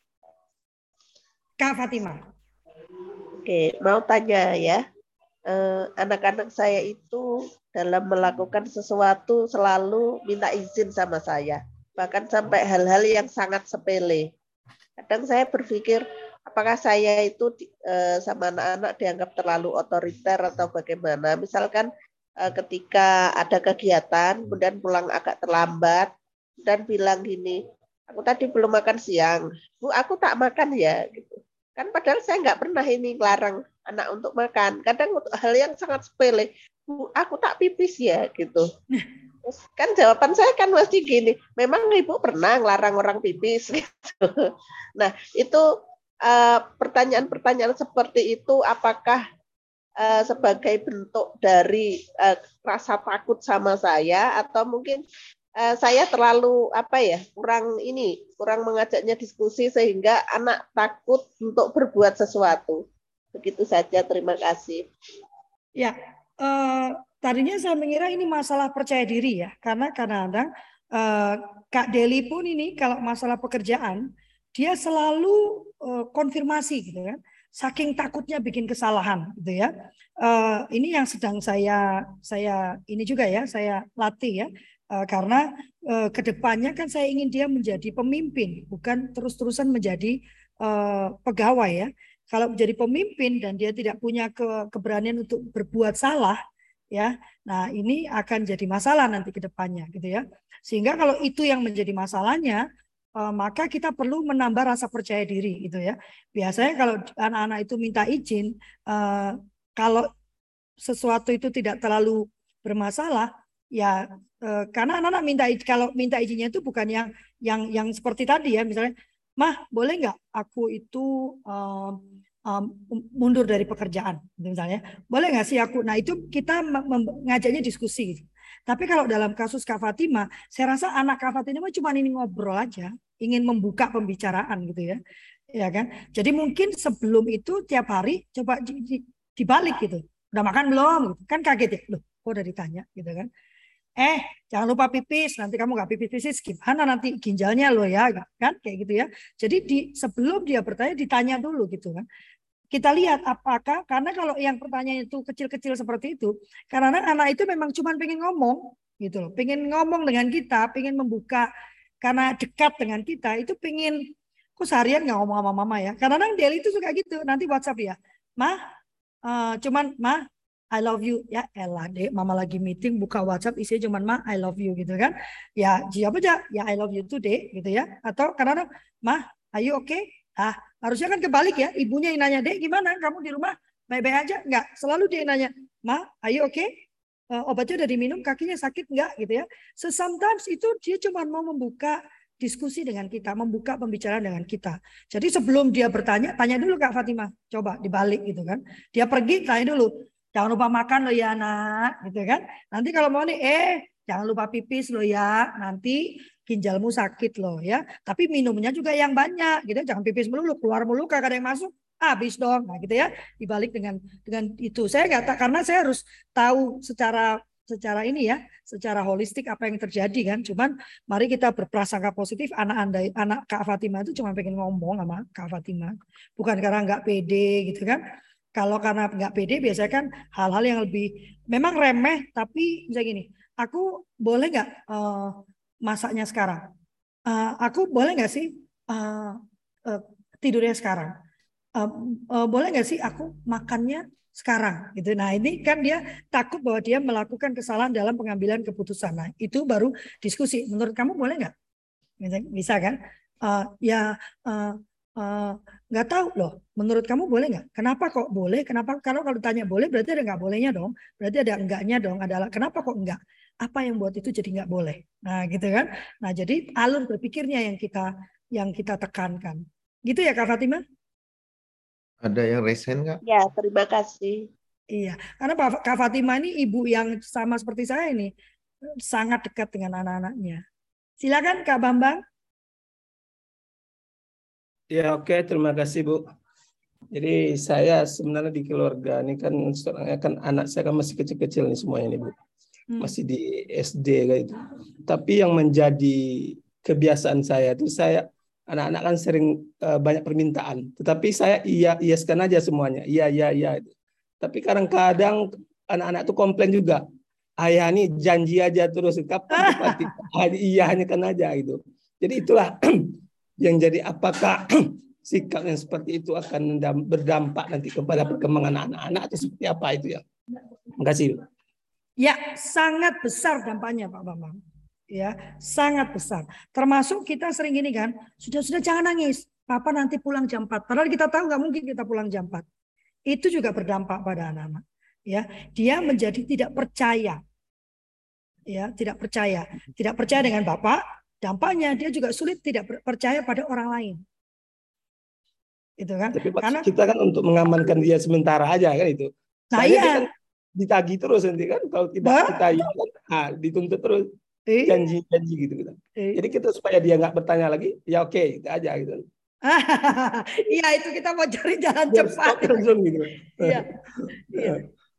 Kak Fatima. Oke, mau tanya ya. Anak-anak saya itu dalam melakukan sesuatu selalu minta izin sama saya. Bahkan sampai hal-hal yang sangat sepele. Kadang saya berpikir, apakah saya itu sama anak-anak dianggap terlalu otoriter atau bagaimana. Misalkan ketika ada kegiatan, kemudian pulang agak terlambat, dan bilang gini, aku tadi belum makan siang. Bu, aku tak makan ya. Gitu. Kan padahal saya nggak pernah ini larang anak untuk makan. Kadang hal yang sangat sepele, Bu, aku tak pipis ya. Gitu. Terus kan jawaban saya kan masih gini, memang ibu pernah ngelarang orang pipis gitu. Nah itu pertanyaan-pertanyaan seperti itu apakah sebagai bentuk dari rasa takut sama saya atau mungkin saya terlalu kurang mengajaknya diskusi sehingga anak takut untuk berbuat sesuatu. Begitu saja, terima kasih. Ya, tadinya saya mengira ini masalah percaya diri ya, karena kadang-kadang Kak Deli pun ini kalau masalah pekerjaan dia selalu konfirmasi gitu kan, saking takutnya bikin kesalahan gitu ya. Ini yang sedang saya ini juga ya, saya latih ya. Karena kedepannya kan saya ingin dia menjadi pemimpin, bukan terus-terusan menjadi pegawai ya. Kalau menjadi pemimpin dan dia tidak punya keberanian untuk berbuat salah, ya, nah ini akan jadi masalah nanti ke depannya, gitu ya. Sehingga kalau itu yang menjadi masalahnya, maka kita perlu menambah rasa percaya diri, gitu ya. Biasanya kalau anak-anak itu minta izin, kalau sesuatu itu tidak terlalu bermasalah, ya karena anak-anak kalau minta izinnya itu bukan yang seperti tadi ya, misalnya, Mah boleh nggak aku itu mundur dari pekerjaan, misalnya, boleh nggak sih aku? Nah itu kita ngajaknya diskusi. Tapi kalau dalam kasus Kak Fatima, saya rasa anak Kak Fatima cuma ini ngobrol aja, ingin membuka pembicaraan gitu ya, ya kan? Jadi mungkin sebelum itu tiap hari coba dibalik gitu. Udah makan belum? Kan kaget ya, loh kok udah ditanya gitu kan. Jangan lupa pipis, nanti kamu nggak pipis gimana nanti ginjalnya lo ya, kan kayak gitu ya. Jadi sebelum dia bertanya ditanya dulu gitu kan. Kita lihat apakah, karena kalau yang pertanyaan itu kecil-kecil seperti itu, karena anak itu memang cuma pengen ngomong gitu loh, pengen ngomong dengan kita, pengen membuka, karena dekat dengan kita, itu pengen, kok seharian nggak ngomong sama mama ya. Karena Deli itu suka gitu, nanti WhatsApp ya, Mah, I love you ya, elah dek, mama lagi meeting buka WhatsApp isinya cuman I love you gitu kan. Ya jawab aja ya I love you too dek gitu ya. Atau kadang Mah, are you okay? Harusnya kan kebalik ya, ibunya yang nanya, Dek gimana kamu di rumah baik-baik aja? Enggak, selalu dia nanya, Ma, are you okay? Obatnya udah diminum, kakinya sakit enggak gitu ya. So sometimes itu dia cuma mau membuka diskusi dengan kita, membuka pembicaraan dengan kita. Jadi sebelum dia bertanya, tanya dulu Kak Fatima, coba dibalik gitu kan. Dia pergi, tanya dulu, jangan lupa makan loh ya nak, gitu kan. Nanti kalau mau nih, jangan lupa pipis loh ya, nanti ginjalmu sakit loh ya. Tapi minumnya juga yang banyak, gitu. Jangan pipis melulu, keluar melulu, kagak ada yang masuk, habis dong. Nah, gitu ya. Dibalik dengan itu. Saya nggak tahu karena saya harus tahu secara ini ya, secara holistik apa yang terjadi kan. Cuman mari kita berprasangka positif. Anak Kak Fatima itu cuma pengen ngomong sama Kak Fatima, bukan karena nggak pede gitu kan. Kalau karena nggak pede biasanya kan hal-hal yang lebih memang remeh, tapi misalnya gini, aku boleh nggak masaknya sekarang? Aku boleh nggak sih tidurnya sekarang? Boleh nggak sih aku makannya sekarang? Gitu. Nah ini kan dia takut bahwa dia melakukan kesalahan dalam pengambilan keputusan. Nah itu baru diskusi. Menurut kamu boleh nggak? Bisa kan? Nggak tahu loh. Menurut kamu boleh nggak? Kenapa kok boleh? Kenapa? Kalau ditanya boleh berarti ada nggak bolehnya dong. Berarti ada enggaknya dong. Adalah kenapa kok enggak? Apa yang buat itu jadi nggak boleh? Nah gitu kan? Nah jadi alur berpikirnya yang kita tekankan. Gitu ya Kak Fatima? Ada yang resen nggak? Ya, terima kasih. Iya, karena Kak Fatima ini ibu yang sama seperti saya ini, sangat dekat dengan anak-anaknya. Silakan Kak Bambang. Ya, oke, terima kasih Bu. Jadi saya sebenarnya di keluarga ini kan anak saya kan masih kecil-kecil nih semuanya nih Bu. Masih di SD kayak itu. Tapi yang menjadi kebiasaan saya itu anak-anak kan sering banyak permintaan. Tetapi saya iyaskan aja semuanya. Iya. Tapi kadang-kadang anak-anak tuh komplain juga. Ayah nih janji aja terus. Kapan tepati? Iyakan aja gitu. Jadi itulah yang jadi apakah sikap yang seperti itu akan berdampak nanti kepada perkembangan anak-anak atau seperti apa itu ya. Terima kasih. Ya, sangat besar dampaknya Pak Bambang. Ya, sangat besar. Termasuk kita sering gini kan, sudah jangan nangis. Papa nanti pulang jam 4. Padahal kita tahu nggak mungkin kita pulang jam 4. Itu juga berdampak pada anak-anak. Ya, dia menjadi tidak percaya. ya, tidak percaya dengan Bapak, dampaknya dia juga sulit tidak percaya pada orang lain. Gitu kan? Tapi Karena maksud kita kan untuk mengamankan dia sementara aja kan itu. nah Soalnya dia iya, kan ditagih terus nanti kan kalau tidak kita ya kan, dituntut terus janji-janji gitu kita. Jadi kita supaya dia nggak bertanya lagi, ya oke, itu aja gitu. Iya, itu kita mau cari jalan Biar cepat. stop langsung gitu. Iya. Iya.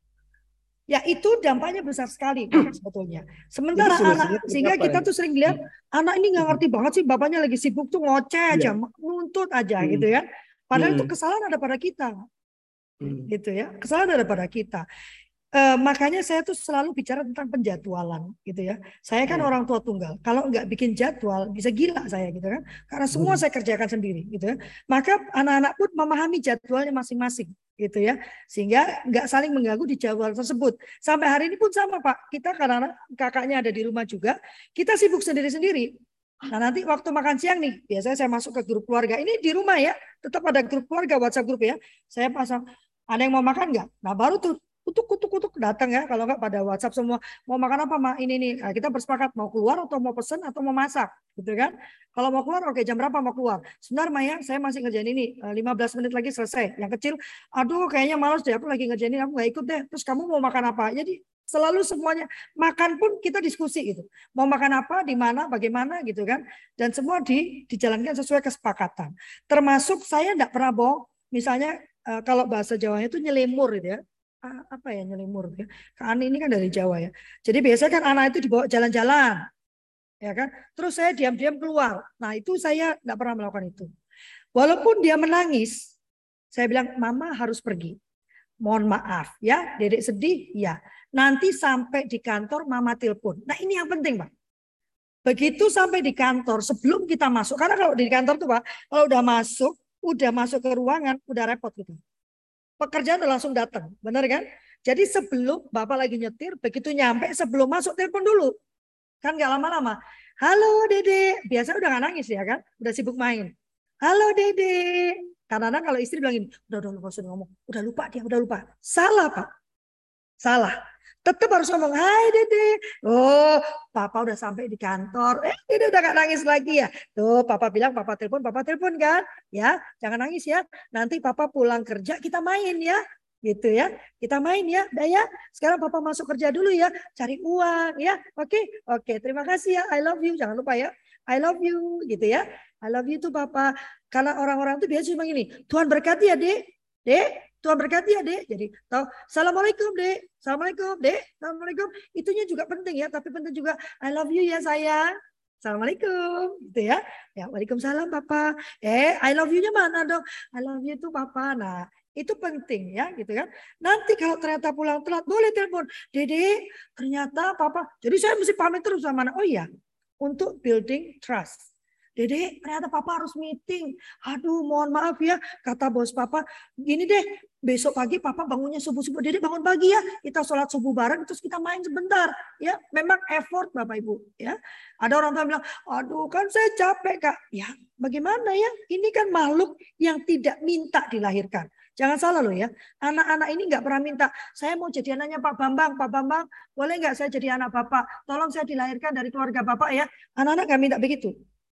Ya itu dampaknya besar sekali Pak, sebetulnya. Sementara Jadi solusinya anak, seperti sehingga apa kita nanti? tuh sering lihat anak ini nggak ngerti banget sih, bapaknya lagi sibuk tuh ngoceh aja, Iya. nuntut aja gitu ya. Padahal itu kesalahan ada pada kita, gitu ya. Kesalahan ada pada kita. Makanya saya tuh selalu bicara tentang penjadwalan gitu ya. Saya kan orang tua tunggal. Kalau nggak bikin jadwal bisa gila saya gitu kan. Karena semua saya kerjakan sendiri gitu ya. Maka anak-anak pun memahami jadwalnya masing-masing gitu ya. Sehingga nggak saling mengganggu di jadwal tersebut. Sampai hari ini pun sama Pak. Kita karena kakaknya ada di rumah juga, kita sibuk sendiri-sendiri. Nah nanti waktu makan siang nih, biasanya saya masuk ke grup keluarga. Ini di rumah ya, tetap ada grup keluarga, WhatsApp grup ya. Saya pasang, ada yang mau makan nggak? Nah baru tuh kutuk datang ya, kalau nggak pada WhatsApp semua, mau makan apa Ma? Ini nih. Nah, kita bersepakat mau keluar atau mau pesen atau mau masak gitu kan. Kalau mau keluar, oke, jam berapa mau keluar? Sebentar Maya, saya masih ngerjain ini, 15 menit lagi selesai. Yang kecil, aduh kayaknya malas deh, aku lagi ngerjain ini, aku nggak ikut deh. Terus kamu mau makan apa? Jadi selalu semuanya, makan pun kita diskusi gitu, mau makan apa, di mana, bagaimana gitu kan. Dan semua dijalankan sesuai kesepakatan. Termasuk saya nggak pernah bohong, misalnya kalau bahasa Jawanya itu nyelimur gitu ya. Apa ya nyelimur ya? Kan ini kan dari Jawa ya. Jadi biasanya kan anak itu dibawa jalan-jalan, ya kan? Terus saya diam-diam keluar. Nah itu saya nggak pernah melakukan itu. Walaupun dia menangis, saya bilang Mama harus pergi. Mohon maaf ya, Dedek sedih ya. Nanti sampai di kantor Mama telepon. Nah ini yang penting Pak. Begitu sampai di kantor sebelum kita masuk, karena kalau di kantor tuh Pak, kalau udah masuk ke ruangan, udah repot gitu. Pekerjaan udah langsung datang, benar kan? Jadi sebelum Bapak lagi nyetir, begitu nyampe sebelum masuk telepon dulu. Kan nggak lama-lama. Halo Dede, biasa udah nggak nangis ya kan? Udah sibuk main. Halo Dede. Karena kalau istri bilang gini, udah lupa sudah ngomong, udah lupa dia, udah lupa. Salah Pak, salah. Tetap harus ngomong, hai Dede. Oh, Papa udah sampai di kantor. Dede udah gak nangis lagi ya. Tuh, Papa bilang, Papa telepon kan. Ya, jangan nangis ya. Nanti Papa pulang kerja, kita main ya. Gitu ya. Kita main ya. Udah ya. Sekarang Papa masuk kerja dulu ya. Cari uang ya. Oke. Terima kasih ya. I love you. Jangan lupa ya. I love you. Gitu ya. I love you tuh Papa. Karena orang-orang tuh biasa cuma gini. Tuhan berkati ya, Dek. Dek, Tuhan berkati ya Dek. Jadi tahu Assalamualaikum Dek. Assalamualaikum Dek. Assalamualaikum. Itunya juga penting ya. Tapi penting juga I love you ya sayang. Assalamualaikum. Gitu ya. Ya Waalaikumsalam Papa. I love you-nya mana dong? I love you tuh Papa. Nah itu penting ya gitu kan. Nanti kalau ternyata pulang telat boleh telepon. Dede ternyata Papa. Jadi saya mesti pamit terus sama anak. Oh iya. Untuk building trust. Dede, ternyata Papa harus meeting. Aduh, mohon maaf ya, kata bos Papa. Gini deh, besok pagi Papa bangunnya subuh-subuh. Dede bangun pagi ya, kita sholat subuh bareng, terus kita main sebentar. Ya, memang effort Bapak Ibu. Ya, ada orang tua bilang, aduh kan saya capek Kak. Ya, bagaimana ya? Ini kan makhluk yang tidak minta dilahirkan. Jangan salah loh ya, anak-anak ini nggak pernah minta. Saya mau jadi anaknya Pak Bambang. Pak Bambang, boleh nggak saya jadi anak Bapak? Tolong saya dilahirkan dari keluarga Bapak ya. Anak-anak nggak minta begitu.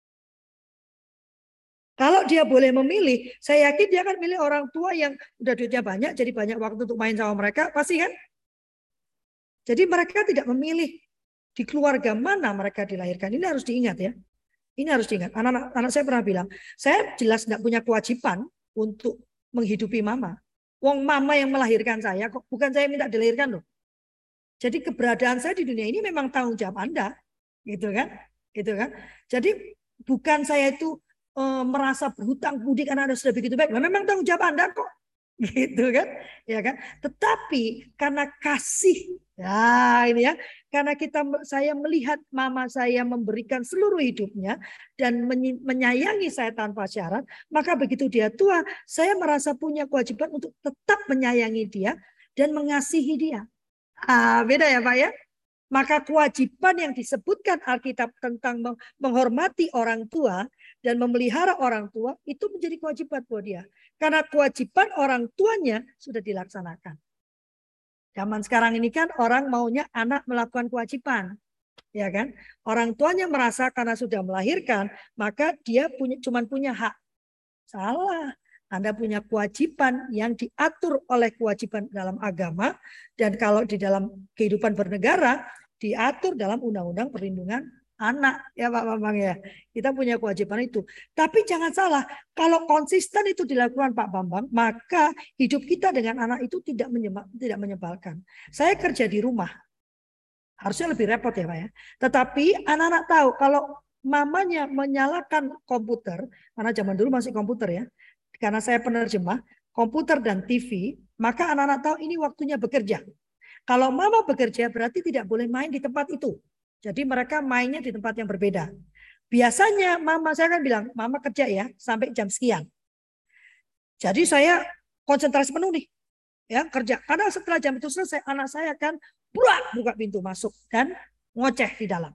Kalau dia boleh memilih, saya yakin dia akan milih orang tua yang udah duitnya banyak, jadi banyak waktu untuk main sama mereka, pasti kan? Jadi mereka tidak memilih di keluarga mana mereka dilahirkan. Ini harus diingat ya. Ini harus diingat. Anak saya pernah bilang, saya jelas tidak punya kewajiban untuk menghidupi mama. Wong mama yang melahirkan saya, kok bukan saya minta dilahirkan loh. Jadi keberadaan saya di dunia ini memang tanggung jawab Anda, gitu kan? Gitu kan? Jadi bukan saya itu merasa berhutang budi karena Anda sudah begitu baik. Memang tanggung jawab Anda kok. Gitu kan? Ya kan? Tetapi karena kasih, ya ini ya, karena saya melihat mama saya memberikan seluruh hidupnya dan menyayangi saya tanpa syarat, maka begitu dia tua, saya merasa punya kewajiban untuk tetap menyayangi dia dan mengasihi dia. Beda ya Pak ya? Maka kewajiban yang disebutkan Alkitab tentang menghormati orang tua dan memelihara orang tua itu menjadi kewajiban buat dia. Karena kewajiban orang tuanya sudah dilaksanakan. Zaman sekarang ini kan orang maunya anak melakukan kewajiban. ya kan? Orang tuanya merasa karena sudah melahirkan, maka dia cuman punya hak. Salah. Anda punya kewajiban yang diatur oleh kewajiban dalam agama, dan kalau di dalam kehidupan bernegara diatur dalam Undang-Undang Perlindungan Anak, ya Pak Bambang ya. Kita punya kewajiban itu. Tapi jangan salah, kalau konsisten itu dilakukan Pak Bambang, maka hidup kita dengan anak itu tidak menyebalkan. Saya kerja di rumah, harusnya lebih repot ya Pak ya. Tetapi anak-anak tahu kalau mamanya menyalakan komputer, karena zaman dulu masih komputer ya, karena saya penerjemah, komputer dan TV, maka anak-anak tahu ini waktunya bekerja. Kalau mama bekerja berarti tidak boleh main di tempat itu. Jadi mereka mainnya di tempat yang berbeda. Biasanya mama saya kan bilang, mama kerja ya sampai jam sekian. Jadi saya konsentrasi penuh nih, ya kerja. Karena setelah jam itu selesai, anak saya kan buka pintu masuk dan ngoceh di dalam.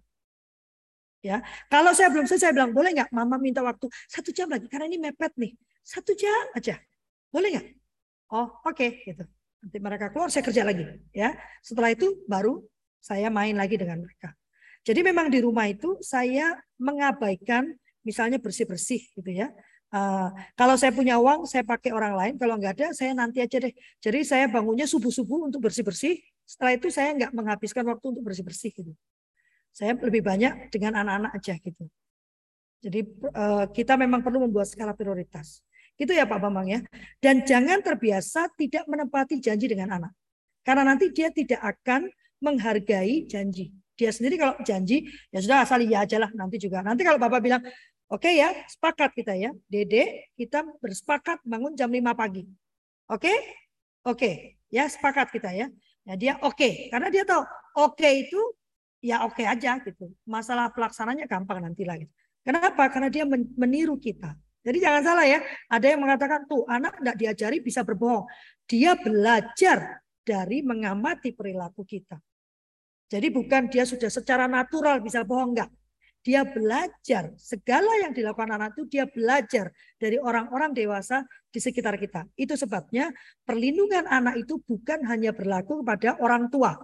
Ya, kalau saya belum selesai, saya bilang boleh nggak, mama minta waktu 1 jam lagi karena ini mepet nih. 1 jam aja, boleh nggak? Oh oke, gitu. Nanti mereka keluar, saya kerja lagi. Ya, setelah itu baru saya main lagi dengan mereka. Jadi memang di rumah itu saya mengabaikan misalnya bersih-bersih gitu ya. Kalau saya punya uang, saya pakai orang lain. Kalau nggak ada, saya nanti aja deh. Jadi saya bangunnya subuh-subuh untuk bersih-bersih. Setelah itu saya nggak menghabiskan waktu untuk bersih-bersih gitu. Saya lebih banyak dengan anak-anak aja gitu. Jadi kita memang perlu membuat skala prioritas. Gitu ya Pak Bambang ya. Dan jangan terbiasa tidak menepati janji dengan anak. Karena nanti dia tidak akan menghargai janji. Dia sendiri kalau janji, ya sudah asal iya aja lah nanti juga. Nanti kalau Bapak bilang, oke ya, sepakat kita ya. Dede, kita bersepakat bangun jam 5 pagi. Oke? Oke. Ya, sepakat kita ya. Ya dia oke. Karena dia tahu, oke itu ya oke aja gitu. Masalah pelaksananya gampang nanti lagi. Kenapa? Karena dia meniru kita. Jadi jangan salah ya. Ada yang mengatakan tuh anak tidak diajari bisa berbohong. Dia belajar dari mengamati perilaku kita. Jadi bukan dia sudah secara natural bisa bohong, enggak. Dia belajar. Segala yang dilakukan anak itu dia belajar dari orang-orang dewasa di sekitar kita. Itu sebabnya perlindungan anak itu bukan hanya berlaku kepada orang tua.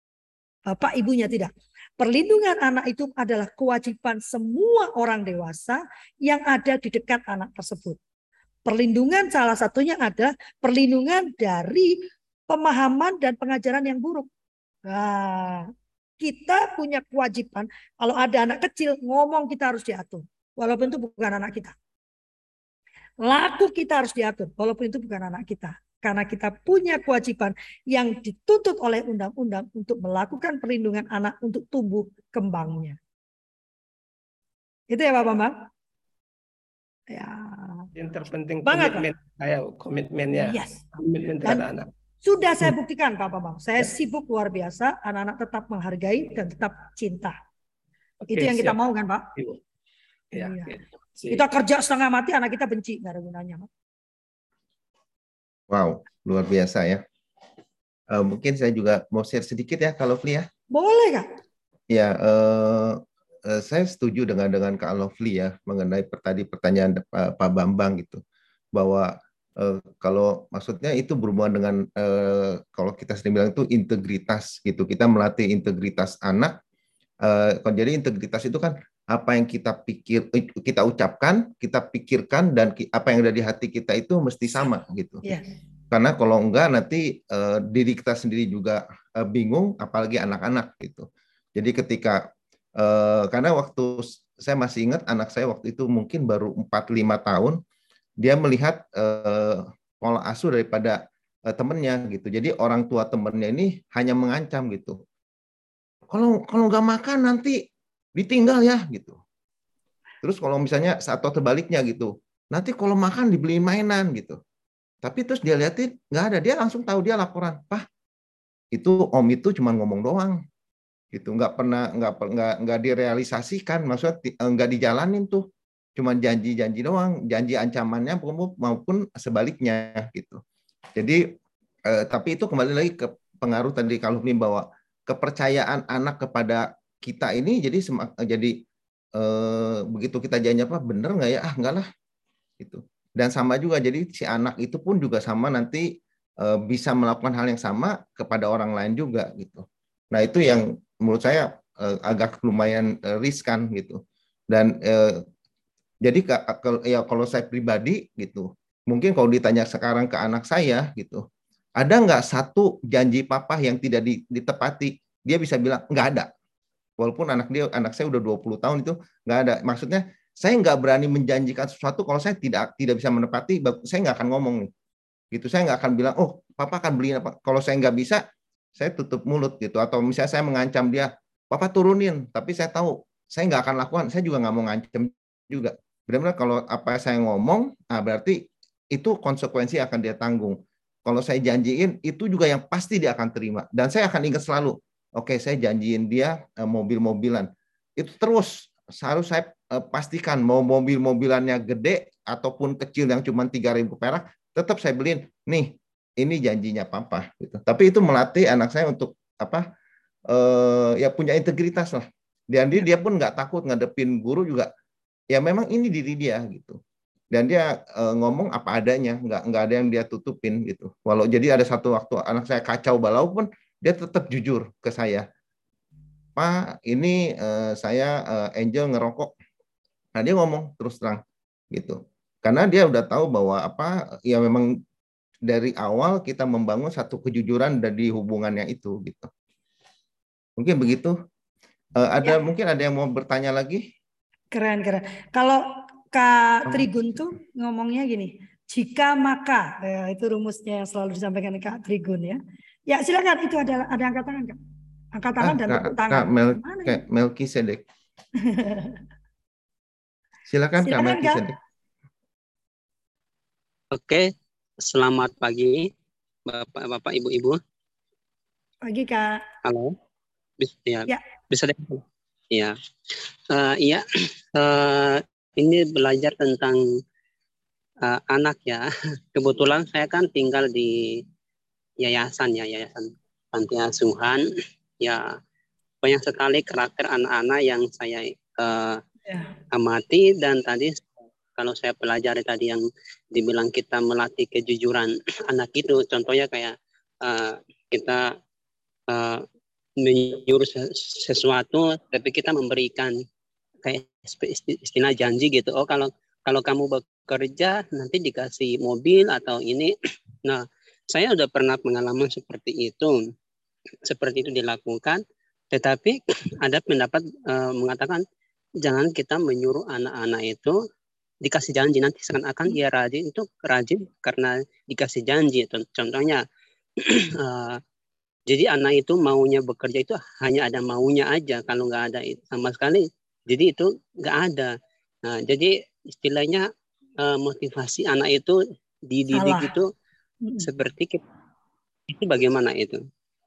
Bapak ibunya tidak. Perlindungan anak itu adalah kewajiban semua orang dewasa yang ada di dekat anak tersebut. Perlindungan salah satunya adalah perlindungan dari pemahaman dan pengajaran yang buruk. Nah, kita punya kewajiban kalau ada anak kecil ngomong kita harus diatur. Walaupun itu bukan anak kita. Laku kita harus diatur walaupun itu bukan anak kita. Karena kita punya kewajiban yang dituntut oleh undang-undang untuk melakukan perlindungan anak untuk tumbuh kembangnya. Itu ya Pak Bambang? Ya. Yang terpenting Banget, komitmen saya, komitmennya. Yes. Komitmen terhadap anak. Sudah saya buktikan Pak Bambang. Saya sibuk luar biasa, anak-anak tetap menghargai dan tetap cinta. Oke, itu yang kita siap. mau kan Pak? Ya, Iya. oke. Kita kerja setengah mati, anak kita benci, nggak ada gunanya Pak. Wow, luar biasa ya. Mungkin saya juga mau share sedikit ya, kalau Fli ya. Boleh Kak? Ya, saya setuju dengan Kak Lovely ya mengenai tadi pertanyaan Pak Bambang gitu, bahwa kalau maksudnya itu berhubungan dengan kalau kita sering bilang itu integritas gitu. Kita melatih integritas anak. Jadi integritas itu kan apa yang kita ucapkan, kita pikirkan, dan apa yang ada di hati kita itu mesti sama gitu. Iya. Karena kalau enggak nanti diri kita sendiri juga bingung, apalagi anak-anak gitu. Jadi ketika karena waktu saya masih ingat anak saya waktu itu mungkin baru 4-5 tahun, dia melihat pola asuh daripada temennya gitu. Jadi orang tua temennya ini hanya mengancam gitu. Kalau nggak makan nanti ditinggal ya gitu. Terus kalau misalnya atau terbaliknya gitu, nanti kalau makan dibeli mainan gitu. Tapi terus dia lihatin nggak ada, dia langsung tahu, dia laporan, Pak, itu Om itu cuma ngomong doang, gitu, nggak direalisasikan, maksudnya nggak dijalanin tuh, cuma janji-janji doang, janji ancamannya maupun sebaliknya gitu. Jadi tapi itu kembali lagi ke pengaruh tadi kalau Lim, bahwa kepercayaan anak kepada kita ini jadi begitu kita janji apa bener nggak ya, enggak lah gitu. Dan sama juga, jadi si anak itu pun juga sama nanti bisa melakukan hal yang sama kepada orang lain juga gitu. Nah itu yang menurut saya agak lumayan riskan gitu. Dan jadi ya kalau saya pribadi gitu, mungkin kalau ditanya sekarang ke anak saya gitu, ada nggak satu janji papa yang tidak ditepati? Dia bisa bilang nggak ada. Walaupun anak saya udah 20 tahun itu nggak ada. Maksudnya saya nggak berani menjanjikan sesuatu kalau saya tidak bisa menepati, saya nggak akan ngomong nih. Gitu, saya nggak akan bilang, oh papa akan beliin apa. Kalau saya nggak bisa, saya tutup mulut gitu. Atau misalnya saya mengancam dia, papa turunin, tapi saya tahu saya nggak akan lakukan. Saya juga nggak mau ngancam juga. Benar-benar kalau apa saya ngomong, nah berarti itu konsekuensi akan dia tanggung. Kalau saya janjiin, itu juga yang pasti dia akan terima. Dan saya akan ingat selalu, oke, saya janjiin dia mobil-mobilan. Itu terus harus saya pastikan mau mobil-mobilannya gede ataupun kecil yang cuma 3.000 perak, tetap saya beliin. Nih, ini janjinya papa. Gitu. Tapi itu melatih anak saya untuk ya punya integritas lah. Dan dia pun nggak takut ngadepin guru juga. Ya memang ini diri dia gitu. Dan dia ngomong apa adanya, nggak ada yang dia tutupin gitu. Walau jadi ada satu waktu anak saya kacau balau pun dia tetap jujur ke saya. Pak, ini saya Angel ngerokok. Nah dia ngomong terus terang gitu. Karena dia udah tahu bahwa ya memang dari awal kita membangun satu kejujuran dari hubungannya itu gitu. Mungkin begitu. Mungkin ada yang mau bertanya lagi? Keren. Kalau Kak Trigun tuh ngomongnya gini, jika maka, itu rumusnya yang selalu disampaikan Kak Trigun ya. Ya silakan, itu ada angkat tangan Kak. Angkat tangan dan tepuk tangan. Kak Melkisedek. Silakan Kak Melkisedek. Oke, selamat pagi Bapak Ibu-ibu. Pagi Kak. Halo. Ya. Bisa dengar? Ya. Ini belajar tentang anak ya. Kebetulan saya kan tinggal di yayasan panti asuhan. Ya, banyak sekali karakter anak-anak yang saya amati, dan tadi kalau saya pelajari tadi yang dibilang kita melatih kejujuran anak itu, contohnya kayak kita menyuruh sesuatu, tapi kita memberikan kayak istilah janji gitu. Oh kalau kamu bekerja nanti dikasih mobil atau ini. Nah, saya udah pernah pengalaman seperti itu dilakukan. Tetapi ada pendapat mengatakan jangan kita menyuruh anak-anak itu dikasih janji, nanti seakan-akan dia rajin karena dikasih janji. Contohnya jadi anak itu maunya bekerja itu hanya ada maunya aja, kalau nggak ada sama sekali, jadi itu nggak ada. Nah, jadi istilahnya motivasi anak itu dididik itu seperti itu, bagaimana itu?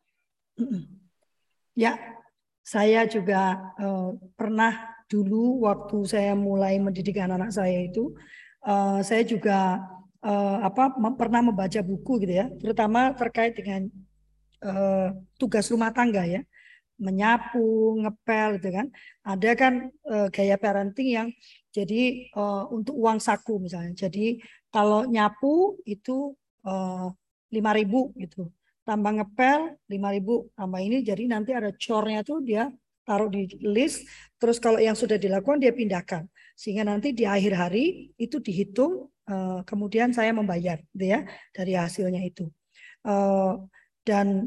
Ya, saya juga pernah dulu waktu saya mulai mendidik anak-anak saya itu, saya juga pernah membaca buku gitu ya, terutama terkait dengan tugas rumah tangga ya, menyapu, ngepel gitu kan. Ada kan gaya parenting yang jadi untuk uang saku misalnya. Jadi kalau nyapu itu 5.000 gitu. Tambah ngepel 5.000, tambah ini, jadi nanti ada chore-nya tuh dia taruh di list, terus kalau yang sudah dilakukan dia pindahkan. Sehingga nanti di akhir hari itu dihitung, kemudian saya membayar gitu ya dari hasilnya itu. Dan